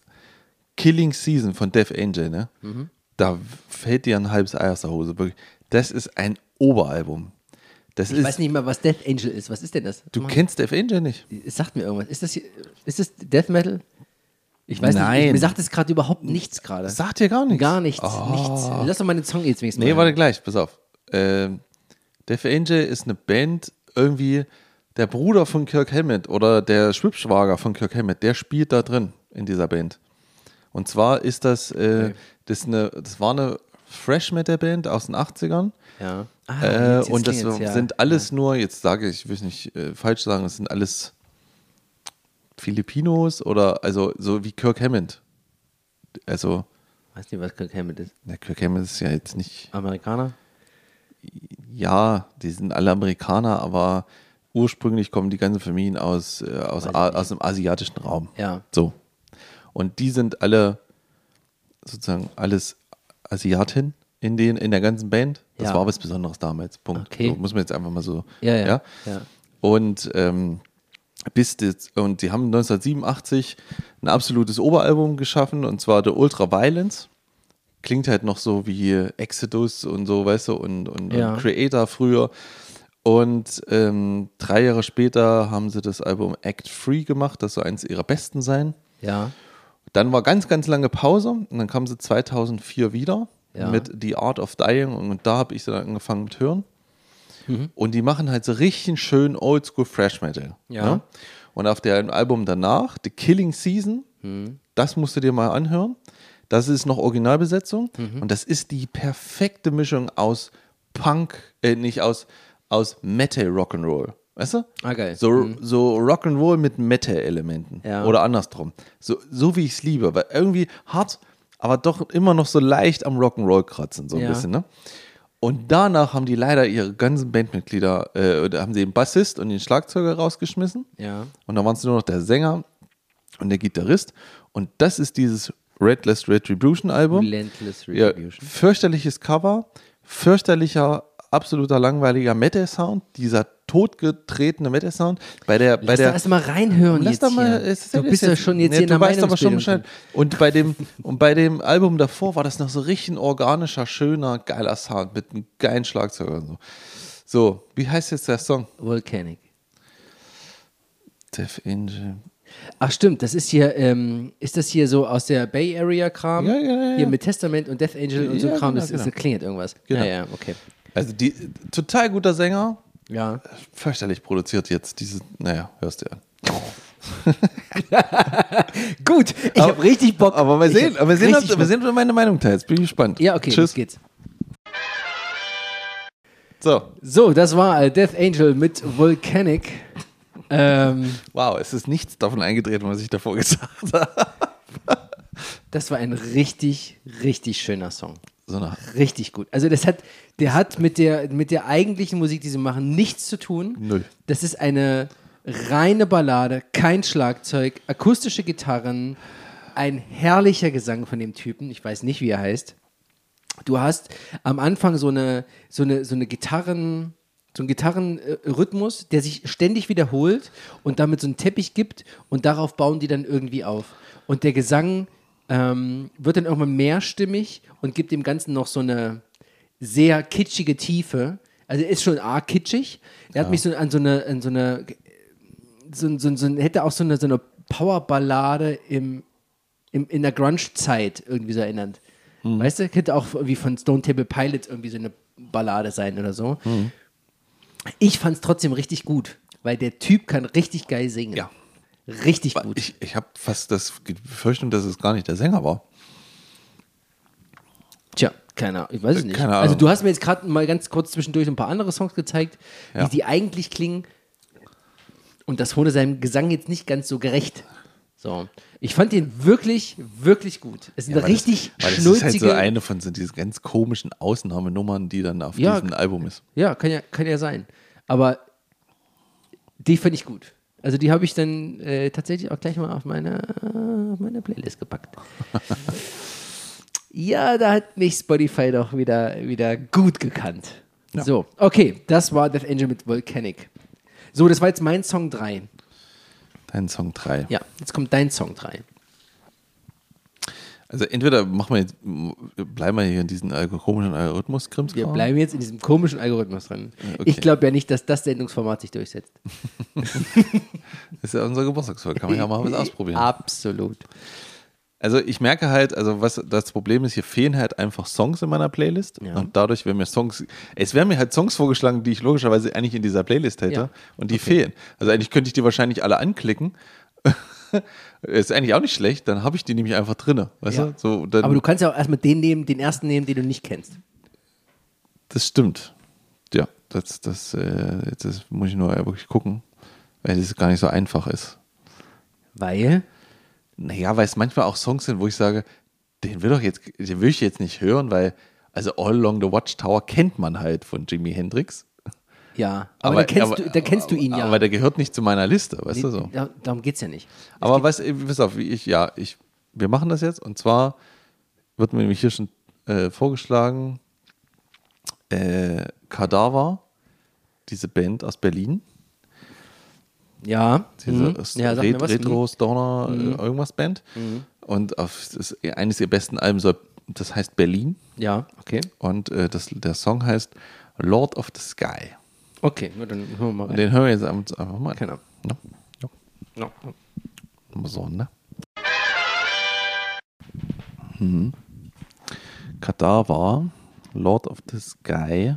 von Death Angel, ne? Da fällt dir ein halbes Ei aus der Hose. Wirklich. Das ist ein Oberalbum. Ich weiß nicht mal, was Death Angel ist. Was ist denn das? Du kennst Death Angel nicht? Es sagt mir irgendwas. Ist das Death Metal? Ich weiß Nein. nicht. Mir sagt es gerade überhaupt nichts gerade. Das sagt dir gar nichts. Gar nichts. Nichts. Lass doch mal den Song jetzt wenigstens Nee, mal warte hören. gleich, pass auf. Death Angel ist eine Band, irgendwie der Bruder von Kirk Hammett oder der Schwibschwager von Kirk Hammett, der spielt da drin in dieser Band. Und zwar ist das, das war eine Fresh Metal Band aus den 80ern. Ja. Und das klingelt's, ja. sind alles nur, jetzt sage ich will es nicht falsch sagen, das sind alles Filipinos oder also so wie Kirk Hammett. Also, Weiß nicht, was Kirk Hammett ist. der Kirk Hammett ist ja jetzt nicht. Amerikaner? Ja, die sind alle Amerikaner, aber ursprünglich kommen die ganzen Familien aus dem asiatischen Raum. Ja. So. Und die sind alle sozusagen alles Asiaten in der ganzen Band. Das Ja. war was Besonderes damals. Punkt. Okay. So, muss man jetzt einfach mal so. Ja. Und und die haben 1987 ein absolutes Oberalbum geschaffen, und zwar The Ultra Violence. Klingt halt noch so wie Exodus und so, weißt du, und Ja. Creator früher. Und 3 Jahre später haben sie das Album Act Free gemacht, das soll eins ihrer besten sein. Ja. Dann war ganz, ganz lange Pause und dann kamen sie 2004 wieder Ja. mit The Art of Dying, und da habe ich sie dann angefangen mit hören. Und die machen halt so richtig schön Oldschool Fresh Metal. Ja. Ne? Und auf dem Album danach, The Killing Season, das musst du dir mal anhören. Das ist noch Originalbesetzung und das ist die perfekte Mischung aus aus Metal Rock'n'Roll. Weißt du? Ah, geil. So Rock'n'Roll mit Metal-Elementen. Ja. Oder andersrum. So wie ich es liebe. Weil irgendwie hart, aber doch immer noch so leicht am Rock'n'Roll kratzen, so ein Ja. bisschen, ne? Und danach haben die leider ihre ganzen Bandmitglieder, da haben sie den Bassist und den Schlagzeuger rausgeschmissen. Ja. Und dann waren es nur noch der Sänger und der Gitarrist. Und das ist dieses Relentless Retribution Album. Relentless Ja, Retribution. fürchterliches Cover, fürchterlicher, absoluter langweiliger Metal-Sound, dieser totgetretene Metal-Sound. Lass Lass da erst mal reinhören jetzt doch mal, hier. es ist Du bist ja schon jetzt hier in der du weißt aber schon Meinungsbildung Bescheid. Und bei dem Album davor war das noch so richtig ein organischer, schöner, geiler Sound mit einem geilen Schlagzeuger und so. So, wie heißt jetzt der Song? Volcanic. Death Angel. Ach stimmt, das ist hier, ist das hier so aus der Bay Area Kram? Ja. Hier mit Testament und Death Angel und so Ja, Kram, genau, das genau. klingelt irgendwas. Genau. Ja, okay. Also total guter Sänger, Ja. fürchterlich produziert jetzt. Hörst du an. Gut, ich habe richtig Bock. Aber wir sehen, richtig ob du meine Meinung teilst. Bin ich gespannt. Ja, okay, Tschüss. los geht's. So, So, das war Death Angel mit Volcanic. wow, es ist nichts davon eingetreten, was ich davor gesagt habe. Das war ein richtig, richtig schöner Song. So eine, Richtig gut. Also der hat mit der eigentlichen Musik, die sie machen, nichts zu tun. Null. Das ist eine reine Ballade, kein Schlagzeug, akustische Gitarren, ein herrlicher Gesang von dem Typen. Ich weiß nicht, wie er heißt. Du hast am Anfang so einen Gitarrenrhythmus, der sich ständig wiederholt und damit so einen Teppich gibt und darauf bauen die dann irgendwie auf. Und der Gesang wird dann irgendwann mehrstimmig und gibt dem Ganzen noch so eine sehr kitschige Tiefe. Also er ist schon arg kitschig. Er hat mich so an hätte auch so eine Powerballade in der Grunge-Zeit irgendwie so erinnert. Weißt du, könnte auch wie von Stone Temple Pilots irgendwie so eine Ballade sein oder so. Ich fand es trotzdem richtig gut, weil der Typ kann richtig geil singen. Ja. Richtig gut. ich habe fast das Befürchtung, dass es gar nicht der Sänger war. Tja, Keine Ahnung, ich weiß es nicht. Keine Also Ahnung. du hast mir jetzt gerade mal ganz kurz zwischendurch ein paar andere Songs gezeigt, Ja. wie die eigentlich klingen. Und das wurde seinem Gesang jetzt nicht ganz so gerecht. So. Ich fand den wirklich, wirklich gut. Es ist eine richtig weil das ist halt schnulzige... so eine von so diesen ganz komischen Ausnahmenummern, die dann auf Ja, diesem Album ist. Ja, kann ja sein. Aber die fand ich gut. Also die habe ich dann tatsächlich auch gleich mal auf meine Playlist gepackt. Ja, da hat mich Spotify doch wieder gut gekannt. Ja. So, okay, das war Death Angel mit Volcanic. So, das war jetzt mein Song 3. Dein Song 3. Ja, jetzt kommt dein Song 3. Also entweder bleiben wir hier in diesen komischen Algorithmus-Krimskram. Wir bleiben jetzt in diesem komischen Algorithmus drin. Okay. Ich glaube ja nicht, dass das Sendungsformat sich durchsetzt. Das ist ja unser Geburtstagsfolge, kann man ja mal was ausprobieren. Absolut. Also ich merke halt, also was das Problem ist, hier fehlen halt einfach Songs in meiner Playlist Ja. und dadurch werden mir halt Songs vorgeschlagen, die ich logischerweise eigentlich in dieser Playlist hätte Ja. und die fehlen. Also eigentlich könnte ich die wahrscheinlich alle anklicken. Ist eigentlich auch nicht schlecht, dann habe ich die nämlich einfach drinne, weißt Ja. du? So, dann, Aber du kannst ja auch erstmal den ersten nehmen, den du nicht kennst. das stimmt. Ja, jetzt muss ich nur wirklich gucken, weil das gar nicht so einfach ist. Weil? Naja, weil es manchmal auch Songs sind, wo ich sage, den will ich jetzt nicht hören, weil, also All Along the Watchtower kennt man halt von Jimi Hendrix. Ja, aber dann kennst du ihn ja. Aber der gehört nicht zu meiner Liste, weißt du so. Darum geht es ja nicht. Aber pass auf, wir machen das jetzt und zwar wird mir nämlich hier schon vorgeschlagen, Kadaver, diese Band aus Berlin, Ja. diese Ja, sag mir was. Retro Stoner irgendwas Band und eines ihrer besten Alben das heißt Berlin Ja, okay. und der Song heißt Lord of the Sky. Okay, nur dann hören wir mal Und rein. den hören wir jetzt einfach mal. Genau. Ja, ja. Ja. Mal so, ne? Kadaver, Lord of the Sky,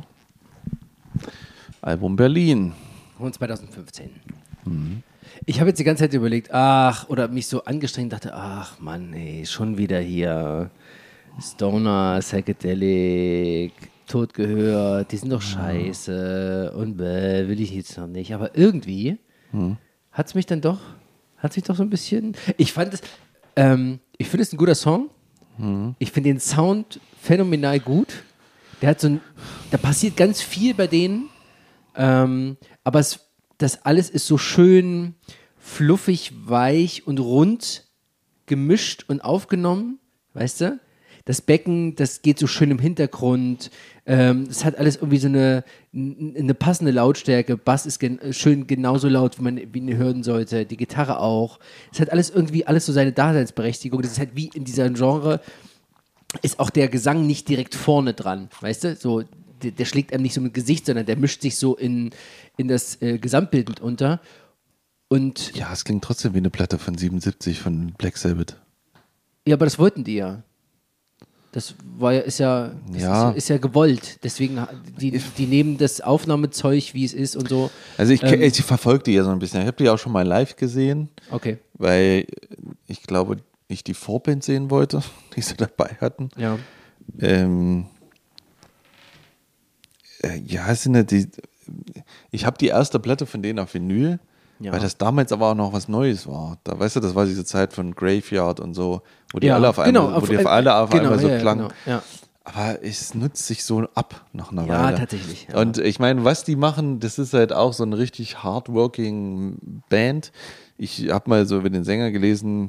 Album Berlin. Und 2015. Ich habe jetzt die ganze Zeit überlegt, oder mich so angestrengt, dachte, ach Mann, ey, schon wieder hier Stoner, Psychedelic, Tod gehört, die sind doch scheiße und will ich jetzt noch nicht. Aber irgendwie hat es mich doch so ein bisschen, ich finde es ein guter Song. Ich finde den Sound phänomenal gut. Da passiert ganz viel bei denen. Aber das alles ist so schön fluffig, weich und rund gemischt und aufgenommen, weißt du? Das Becken, das geht so schön im Hintergrund. Es hat alles irgendwie so eine passende Lautstärke. Bass ist schön genauso laut, wie man ihn hören sollte. Die Gitarre auch. Es hat alles so seine Daseinsberechtigung. Das ist halt wie in dieser Genre, ist auch der Gesang nicht direkt vorne dran, weißt du? So, der schlägt einem nicht so mit Gesicht, sondern der mischt sich so in das Gesamtbild mit unter. Und Ja, es klingt trotzdem wie eine Platte von 77 von Black Sabbath. ja, aber das wollten die ja. Das ist ja gewollt. Deswegen, die nehmen das Aufnahmezeug, wie es ist und so. Also ich verfolge die ja so ein bisschen. Ich habe die auch schon mal live gesehen, Okay. weil ich glaube, ich die Vorband sehen wollte, die sie dabei hatten. Ja. Ja, ich habe die erste Platte von denen auf Vinyl, Ja. weil das damals aber auch noch was Neues war. Da, weißt du, das war diese Zeit von Graveyard und so, wo die Ja, alle auf einmal, genau, so ja, klangen. genau, ja. Aber es nutzt sich so ab nach einer Ja, Weile. tatsächlich, ja. Und ich meine, was die machen, das ist halt auch so eine richtig hardworking Band. Ich habe mal so über den Sänger gelesen,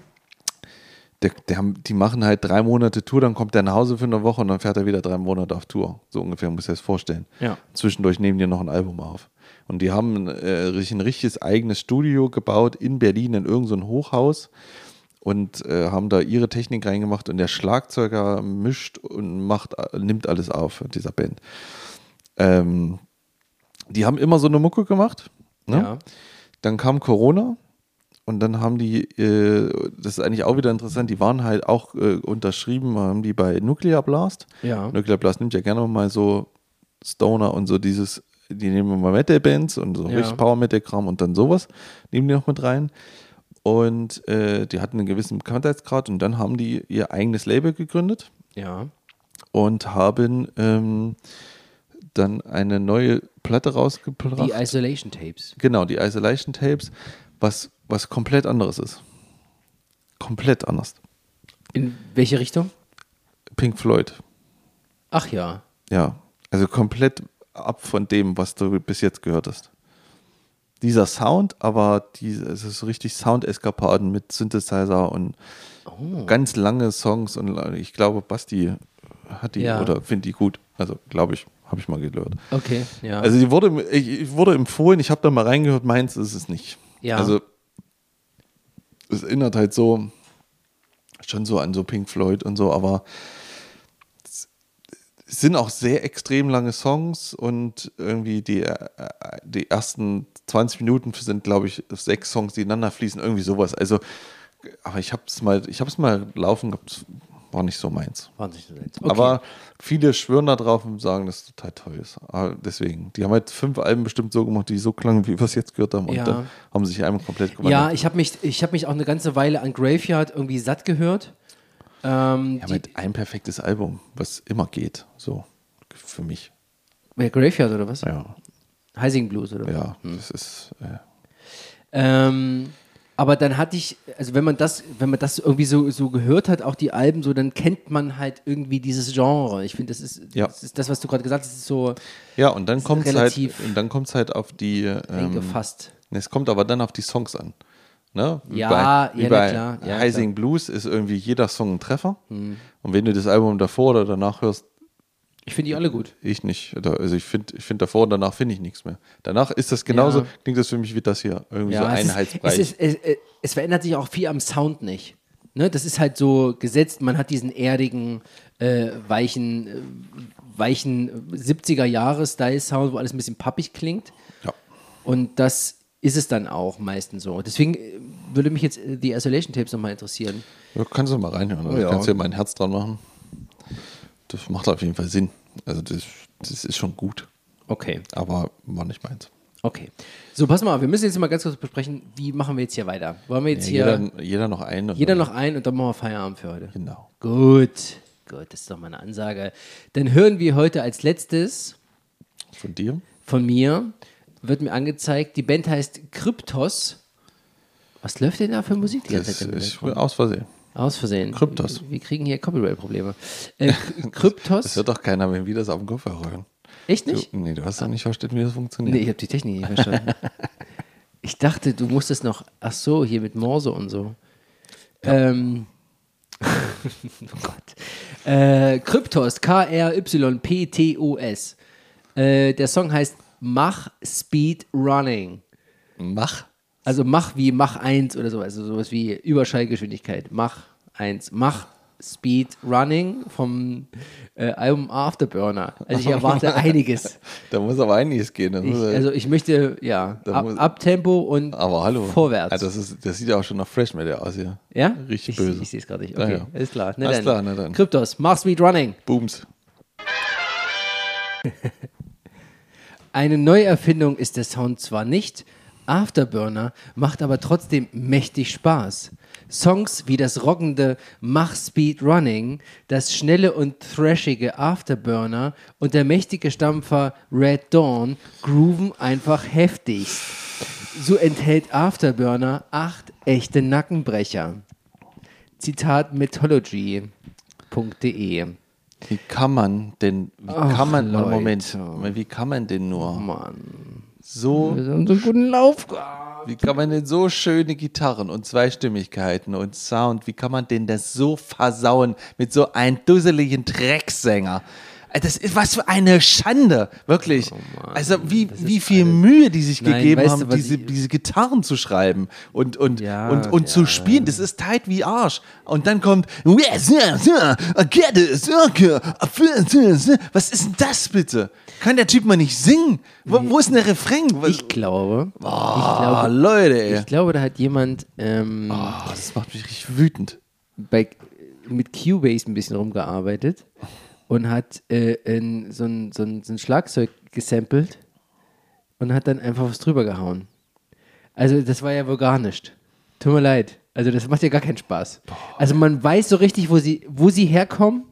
die machen halt 3 Monate Tour, dann kommt er nach Hause für eine Woche und dann fährt er wieder 3 Monate auf Tour. So ungefähr muss ich das vorstellen. Ja. Zwischendurch nehmen die noch ein Album auf. Und die haben ein richtiges eigenes Studio gebaut in Berlin in irgendein so ein Hochhaus und haben da ihre Technik reingemacht und der Schlagzeuger mischt und nimmt alles auf in dieser Band. Die haben immer so eine Mucke gemacht. Ne? Ja. Dann kam Corona und dann haben die, das ist eigentlich auch wieder interessant, die waren halt auch unterschrieben, haben die bei Nuclear Blast. Ja. Nuclear Blast nimmt ja gerne mal so Stoner und so die nehmen mal Metal-Bands und so richtig Power-Metal-Kram und dann sowas, nehmen die noch mit rein. Und die hatten einen gewissen Bekanntheitsgrad und dann haben die ihr eigenes Label gegründet. Ja. und haben dann eine neue Platte rausgebracht. Die Isolation Tapes. Genau, die Isolation Tapes, was komplett anderes ist. Komplett anders. In welche Richtung? Pink Floyd. Ach ja. Ja, also komplett ab von dem, was du bis jetzt gehört hast. Dieser Sound, aber es ist so richtig Sound-Eskapaden mit Synthesizer und ganz lange Songs und ich glaube, Basti hat die oder findet die gut. Also glaube ich, habe ich mal gehört. Okay, ja. Also die wurde empfohlen, ich habe da mal reingehört, meins ist es nicht. Ja. Also es erinnert halt so schon so an so Pink Floyd und so, aber es sind auch sehr extrem lange Songs und irgendwie die ersten 20 Minuten sind, glaube ich, 6 Songs, die ineinander fließen, irgendwie sowas. Also, aber ich habe es mal laufen gehabt, war nicht so meins. Okay. Aber viele schwören da drauf und sagen, dass es total toll ist. Aber deswegen, die haben halt 5 Alben bestimmt so gemacht, die so klangen, wie wir es jetzt gehört haben. Und dann haben sie sich einmal komplett gewandelt. Ja, ich hab mich auch eine ganze Weile an Graveyard irgendwie satt gehört. Mit ein perfektes Album, was immer geht, so für mich. Wer Graveyard oder was? Ja, Heising Blues oder was? ja, das ist. Aber dann hatte ich, also wenn man das irgendwie so gehört hat, auch die Alben, so, dann kennt man halt irgendwie dieses Genre. Ich finde, das ist das, was du gerade gesagt hast, ist so. Ja, und dann kommt es halt, relativ auf die. gefasst. Es kommt aber dann auf die Songs an. Ne? Ja, wie ja, bei klar. Ja, Heising Blues ist irgendwie jeder Song ein Treffer. Und wenn du das Album davor oder danach hörst, Ich finde die alle gut. ich nicht. Also ich finde davor und danach finde ich nichts mehr. Danach ist das genauso, Ja. klingt das für mich wie das hier. Irgendwie so Ja, Einheitsbrei. es verändert sich auch viel am Sound nicht. Ne? Das ist halt so gesetzt, man hat diesen erdigen, weichen 70er-Jahre-Style-Sound, wo alles ein bisschen pappig klingt. Ja. Und das ist es dann auch meistens so. Deswegen würde mich jetzt die Isolation Tapes nochmal interessieren. Ja, kannst du mal reinhören. Also Ja. kannst du ja mein Herz dran machen. Das macht auf jeden Fall Sinn. Also das ist schon gut. Okay, Aber war nicht meins. okay. So, pass mal auf, wir müssen jetzt mal ganz kurz besprechen, wie machen wir jetzt hier weiter? Wollen wir jetzt Jeder noch einen. jeder noch ein und dann machen wir Feierabend für heute? Genau. Gut, das ist doch mal eine Ansage. Dann hören wir heute als letztes Von dir? von mir, wird mir angezeigt, die Band heißt Kryptos. Was läuft denn da für Musik die ganze Das Zeit im ist Hintergrund? aus Versehen. Aus Versehen. Kryptos. Wir kriegen hier Copyright-Probleme. Kryptos? Das hört doch keiner, wenn wir das auf dem Kopfhörer hören. Echt nicht? Du hast doch nicht verstanden, wie das funktioniert. Nee, ich habe die Technik nicht verstanden. Ich dachte, du musstest noch, ach so, hier mit Morse und so. Oh Gott. Kryptos, Kryptos. Der Song heißt Mach Speed Running. Mach. Also Mach wie Mach 1 oder so, also sowas wie Überschallgeschwindigkeit. Mach 1. Mach Speed Running vom Album Afterburner. Also ich erwarte einiges. Da muss aber einiges gehen. Ich möchte, ja, Abtempo und aber hallo. vorwärts. Also das sieht ja auch schon nach Fresh Metal aus hier. Ja? Richtig böse. Ich sehe es gerade nicht. Ja, Okay, ja. alles klar. Alles klar, na dann. Kryptos, Mach Speed Running. Booms. Eine Neuerfindung ist der Sound zwar nicht, Afterburner macht aber trotzdem mächtig Spaß. Songs wie das rockende Mach Speed Running, das schnelle und thrashige Afterburner und der mächtige Stampfer Red Dawn grooven einfach heftig. So enthält Afterburner 8 echte Nackenbrecher. Zitat Mythology.de. Wie kann man denn, Leute. Moment, wie kann man denn nur Mann. so, Wir haben so einen guten Lauf gehabt. wie kann man denn so schöne Gitarren und Zweistimmigkeiten und Sound, wie kann man denn das so versauen mit so einem dusseligen Drecksänger? Das ist was für eine Schande, wirklich. Also wie viel Mühe die sich Nein, gegeben weißt haben, du, was diese Gitarren zu schreiben und zu Ja, spielen. Das ist tight wie Arsch. Und dann kommt was ist denn das bitte? Kann der Typ mal nicht singen? Wo ist denn der Refrain? Ich glaube, Leute, ey. ich glaube, da hat jemand Das macht mich richtig wütend. mit Cubase ein bisschen rumgearbeitet und hat so ein Schlagzeug gesampelt und hat dann einfach was drüber gehauen. Also das war ja wohl gar nicht. Tut mir leid. Also das macht ja gar keinen Spaß. Also man weiß so richtig, wo sie herkommen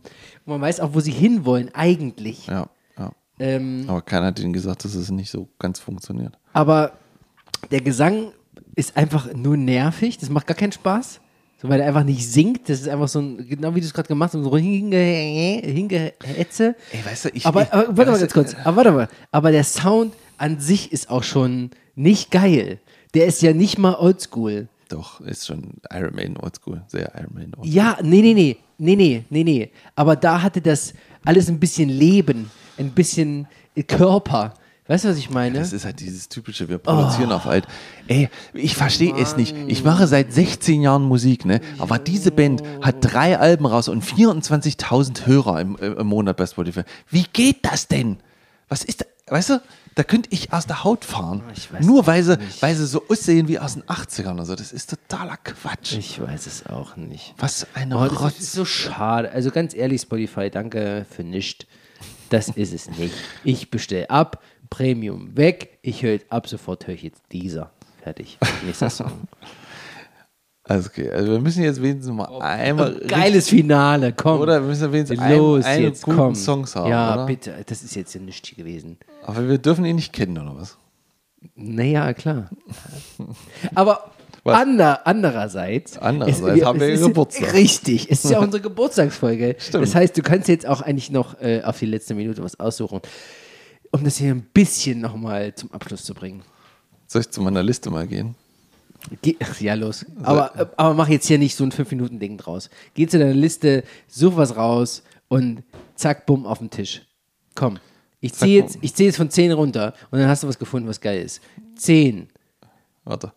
Und man weiß auch, wo sie hinwollen, eigentlich. Ja. Aber keiner hat ihnen gesagt, dass es nicht so ganz funktioniert. Aber der Gesang ist einfach nur nervig. Das macht gar keinen Spaß. So, weil er einfach nicht singt. Das ist einfach so ein, genau wie du es gerade gemacht hast, so Hingehetze. Ey, weißt du, Aber warte mal ganz kurz. Aber der Sound an sich ist auch schon nicht geil. Der ist ja nicht mal oldschool. Doch, ist schon Iron Maiden Oldschool. Sehr Iron Maiden Oldschool. Ja, nee. Aber da hatte das alles ein bisschen Leben, ein bisschen Körper. Weißt du, was ich meine? Das ist halt dieses typische, wir produzieren auf alt. Ey, ich verstehe es nicht. Ich mache seit 16 Jahren Musik, ne? Aber diese Band hat 3 Alben raus und 24.000 Hörer im Monat bei Spotify. Wie geht das denn? Was ist da? Weißt du, da könnte ich aus der Haut fahren. Ich weiß Nur weil sie so aussehen wie aus den 80ern oder so. Das ist totaler Quatsch. Ich weiß es auch nicht. Was eine Das Rotz. ist so schade. Also ganz ehrlich, Spotify, danke für nichts. Das ist es nicht. Ich bestelle ab, Premium weg. Ab sofort höre ich jetzt dieser. Fertig. Nächster Song. Also okay, also wir müssen jetzt wenigstens mal einmal... Geiles Finale, komm. Oder wir müssen wenigstens Los, einen jetzt guten komm. Songs haben, Ja, oder? bitte. Das ist jetzt ja nichts gewesen. Aber wir dürfen ihn nicht kennen, oder was? Naja, klar. Aber Was? andererseits Haben wir es ist Geburtstag. Richtig, es ist ja unsere Geburtstagsfolge. Stimmt. Das heißt, du kannst jetzt auch eigentlich noch auf die letzte Minute was aussuchen, um das hier ein bisschen nochmal zum Abschluss zu bringen. Soll ich zu meiner Liste mal gehen? Ja, los. Aber mach jetzt hier nicht so ein 5-Minuten-Ding draus. Geh zu deiner Liste, such was raus und zack, bumm, auf den Tisch. Komm. Ich zähle jetzt von 10 runter und dann hast du was gefunden, was geil ist. 10, Warte.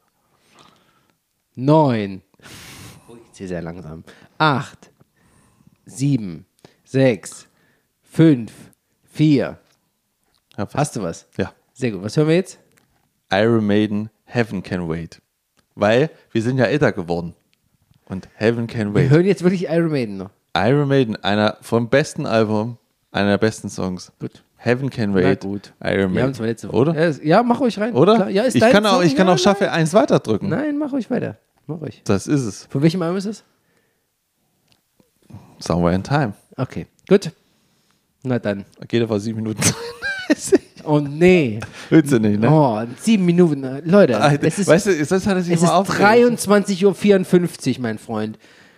9, ich zähle sehr langsam, 8, 7, 6, 5, 4. Ja, fast. Hast du was? Ja. Sehr gut. Was hören wir jetzt? Iron Maiden, Heaven Can Wait. Weil wir sind ja älter geworden. Und Heaven Can Wir Wait. hören jetzt wirklich Iron Maiden noch. Iron Maiden, einer vom besten Album, einer der besten Songs. Gut. Heaven Can Na Wait. gut. Iron Wir haben Maiden. zwar letzte Woche. Oder? Ja, mach ruhig rein. Oder? Klar. Ja, ist ich dein kann auch, Song? ich kann Ja, auch Shuffle 1 weiterdrücken. Nein, mach ruhig weiter. Mach ruhig. Das ist es. Von welchem Album ist es? Somewhere in Time. Okay, gut. Na dann. Geht aber 7 Minuten. Oh nee. Willst du nicht, ne? Oh, 7 Minuten. Leute, es ist, weißt du, das hat er sich es mal ist aufgeregt. 23:54 Uhr, mein Freund.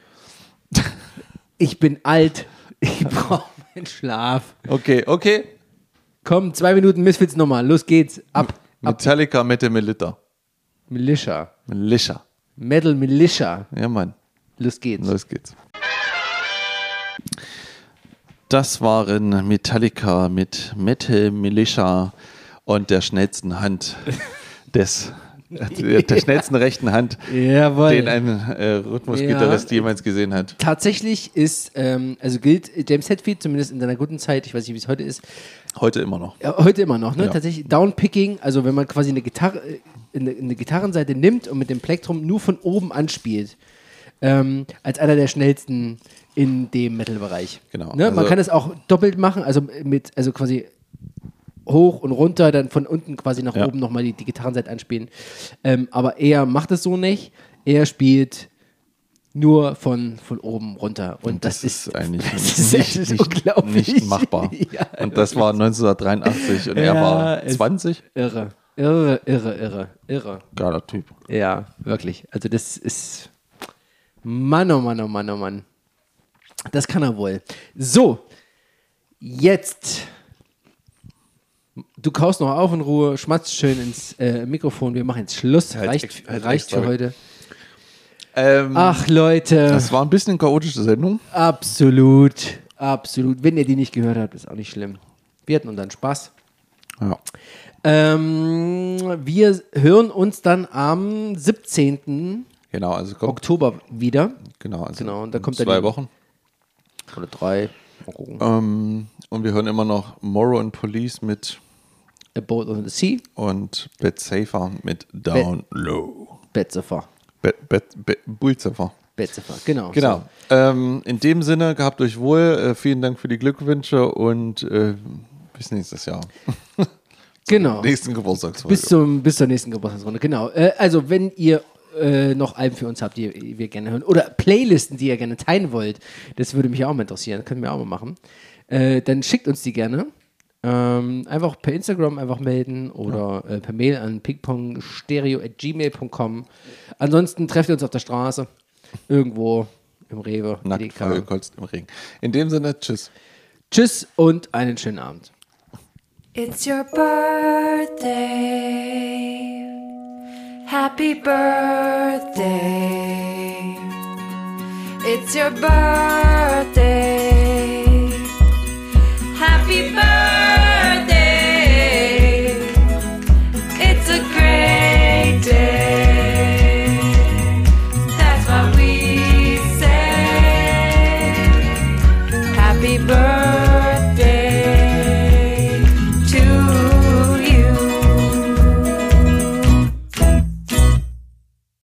Ich bin alt. Ich brauche meinen Schlaf. Okay. Komm, 2 Minuten Misfits nochmal. Los geht's. Ab. Metallica mit dem Militia. Militia. Militia. Metal Militia. Ja, Mann. Los geht's. Los geht's. Das waren Metallica mit Metal Militia und der schnellsten Hand der schnellsten rechten Hand, Jawohl. den ein Rhythmusgitarrist Ja. jemals gesehen hat. Tatsächlich ist, also gilt James Hetfield, zumindest in seiner guten Zeit, ich weiß nicht, wie es heute ist, Heute immer noch. ja, heute immer noch, ne? Ja. Tatsächlich Downpicking, also wenn man quasi eine Gitarrenseite nimmt und mit dem Plektrum nur von oben anspielt, als einer der schnellsten in dem Metal-Bereich. Genau, Ne? Man also- kann es auch doppelt machen, also quasi hoch und runter, dann von unten quasi nach Ja. oben nochmal die Gitarrenseite anspielen. Aber er macht es so nicht. Er spielt nur von oben runter. Und das ist eigentlich das ist unglaublich. nicht machbar. Ja, und das war 1983 und er Ja, war es- 20. Irre. Geiler Typ. Ja, wirklich. Also das ist Mann, oh Mann, oh Mann, oh Mann. Das kann er wohl. So, jetzt. Du kaust noch auf in Ruhe, schmatzt schön ins Mikrofon. Wir machen jetzt Schluss. Halt Reicht extra. für heute. Ach, Ach, Leute. das war ein bisschen chaotische Sendung. Absolut. Wenn ihr die nicht gehört habt, ist auch nicht schlimm. Wir hatten unseren Spaß. Ja. Wir hören uns dann am 17. Genau, also kommt. Oktober wieder. Genau, also Genau, und da in kommt dann 2 die- Wochen. Oder 3. Mal gucken. Und wir hören immer noch Morrow and Police mit A Boat on the Sea. und Bet Safer mit Down Low. Betzefer. Bullziffer. Betzefer, genau. Genau. In dem Sinne, gehabt euch wohl. Vielen Dank für die Glückwünsche und bis nächstes Jahr. So. Genau. Nächsten Geburtstagsfolge. Bis zur nächsten Geburtstagsrunde, genau. Also, wenn ihr noch Alben für uns habt, die wir gerne hören. Oder Playlisten, die ihr gerne teilen wollt. Das würde mich auch mal interessieren. Das können wir auch mal machen. Dann schickt uns die gerne. Einfach per Instagram einfach melden oder per Mail an pingpongstereo@gmail.com. Ansonsten trefft ihr uns auf der Straße. Irgendwo im Rewe. Nackt Edeka. vollgekolzt im Regen. In dem Sinne, tschüss. Tschüss und einen schönen Abend. It's your birthday. Happy birthday. It's your birthday.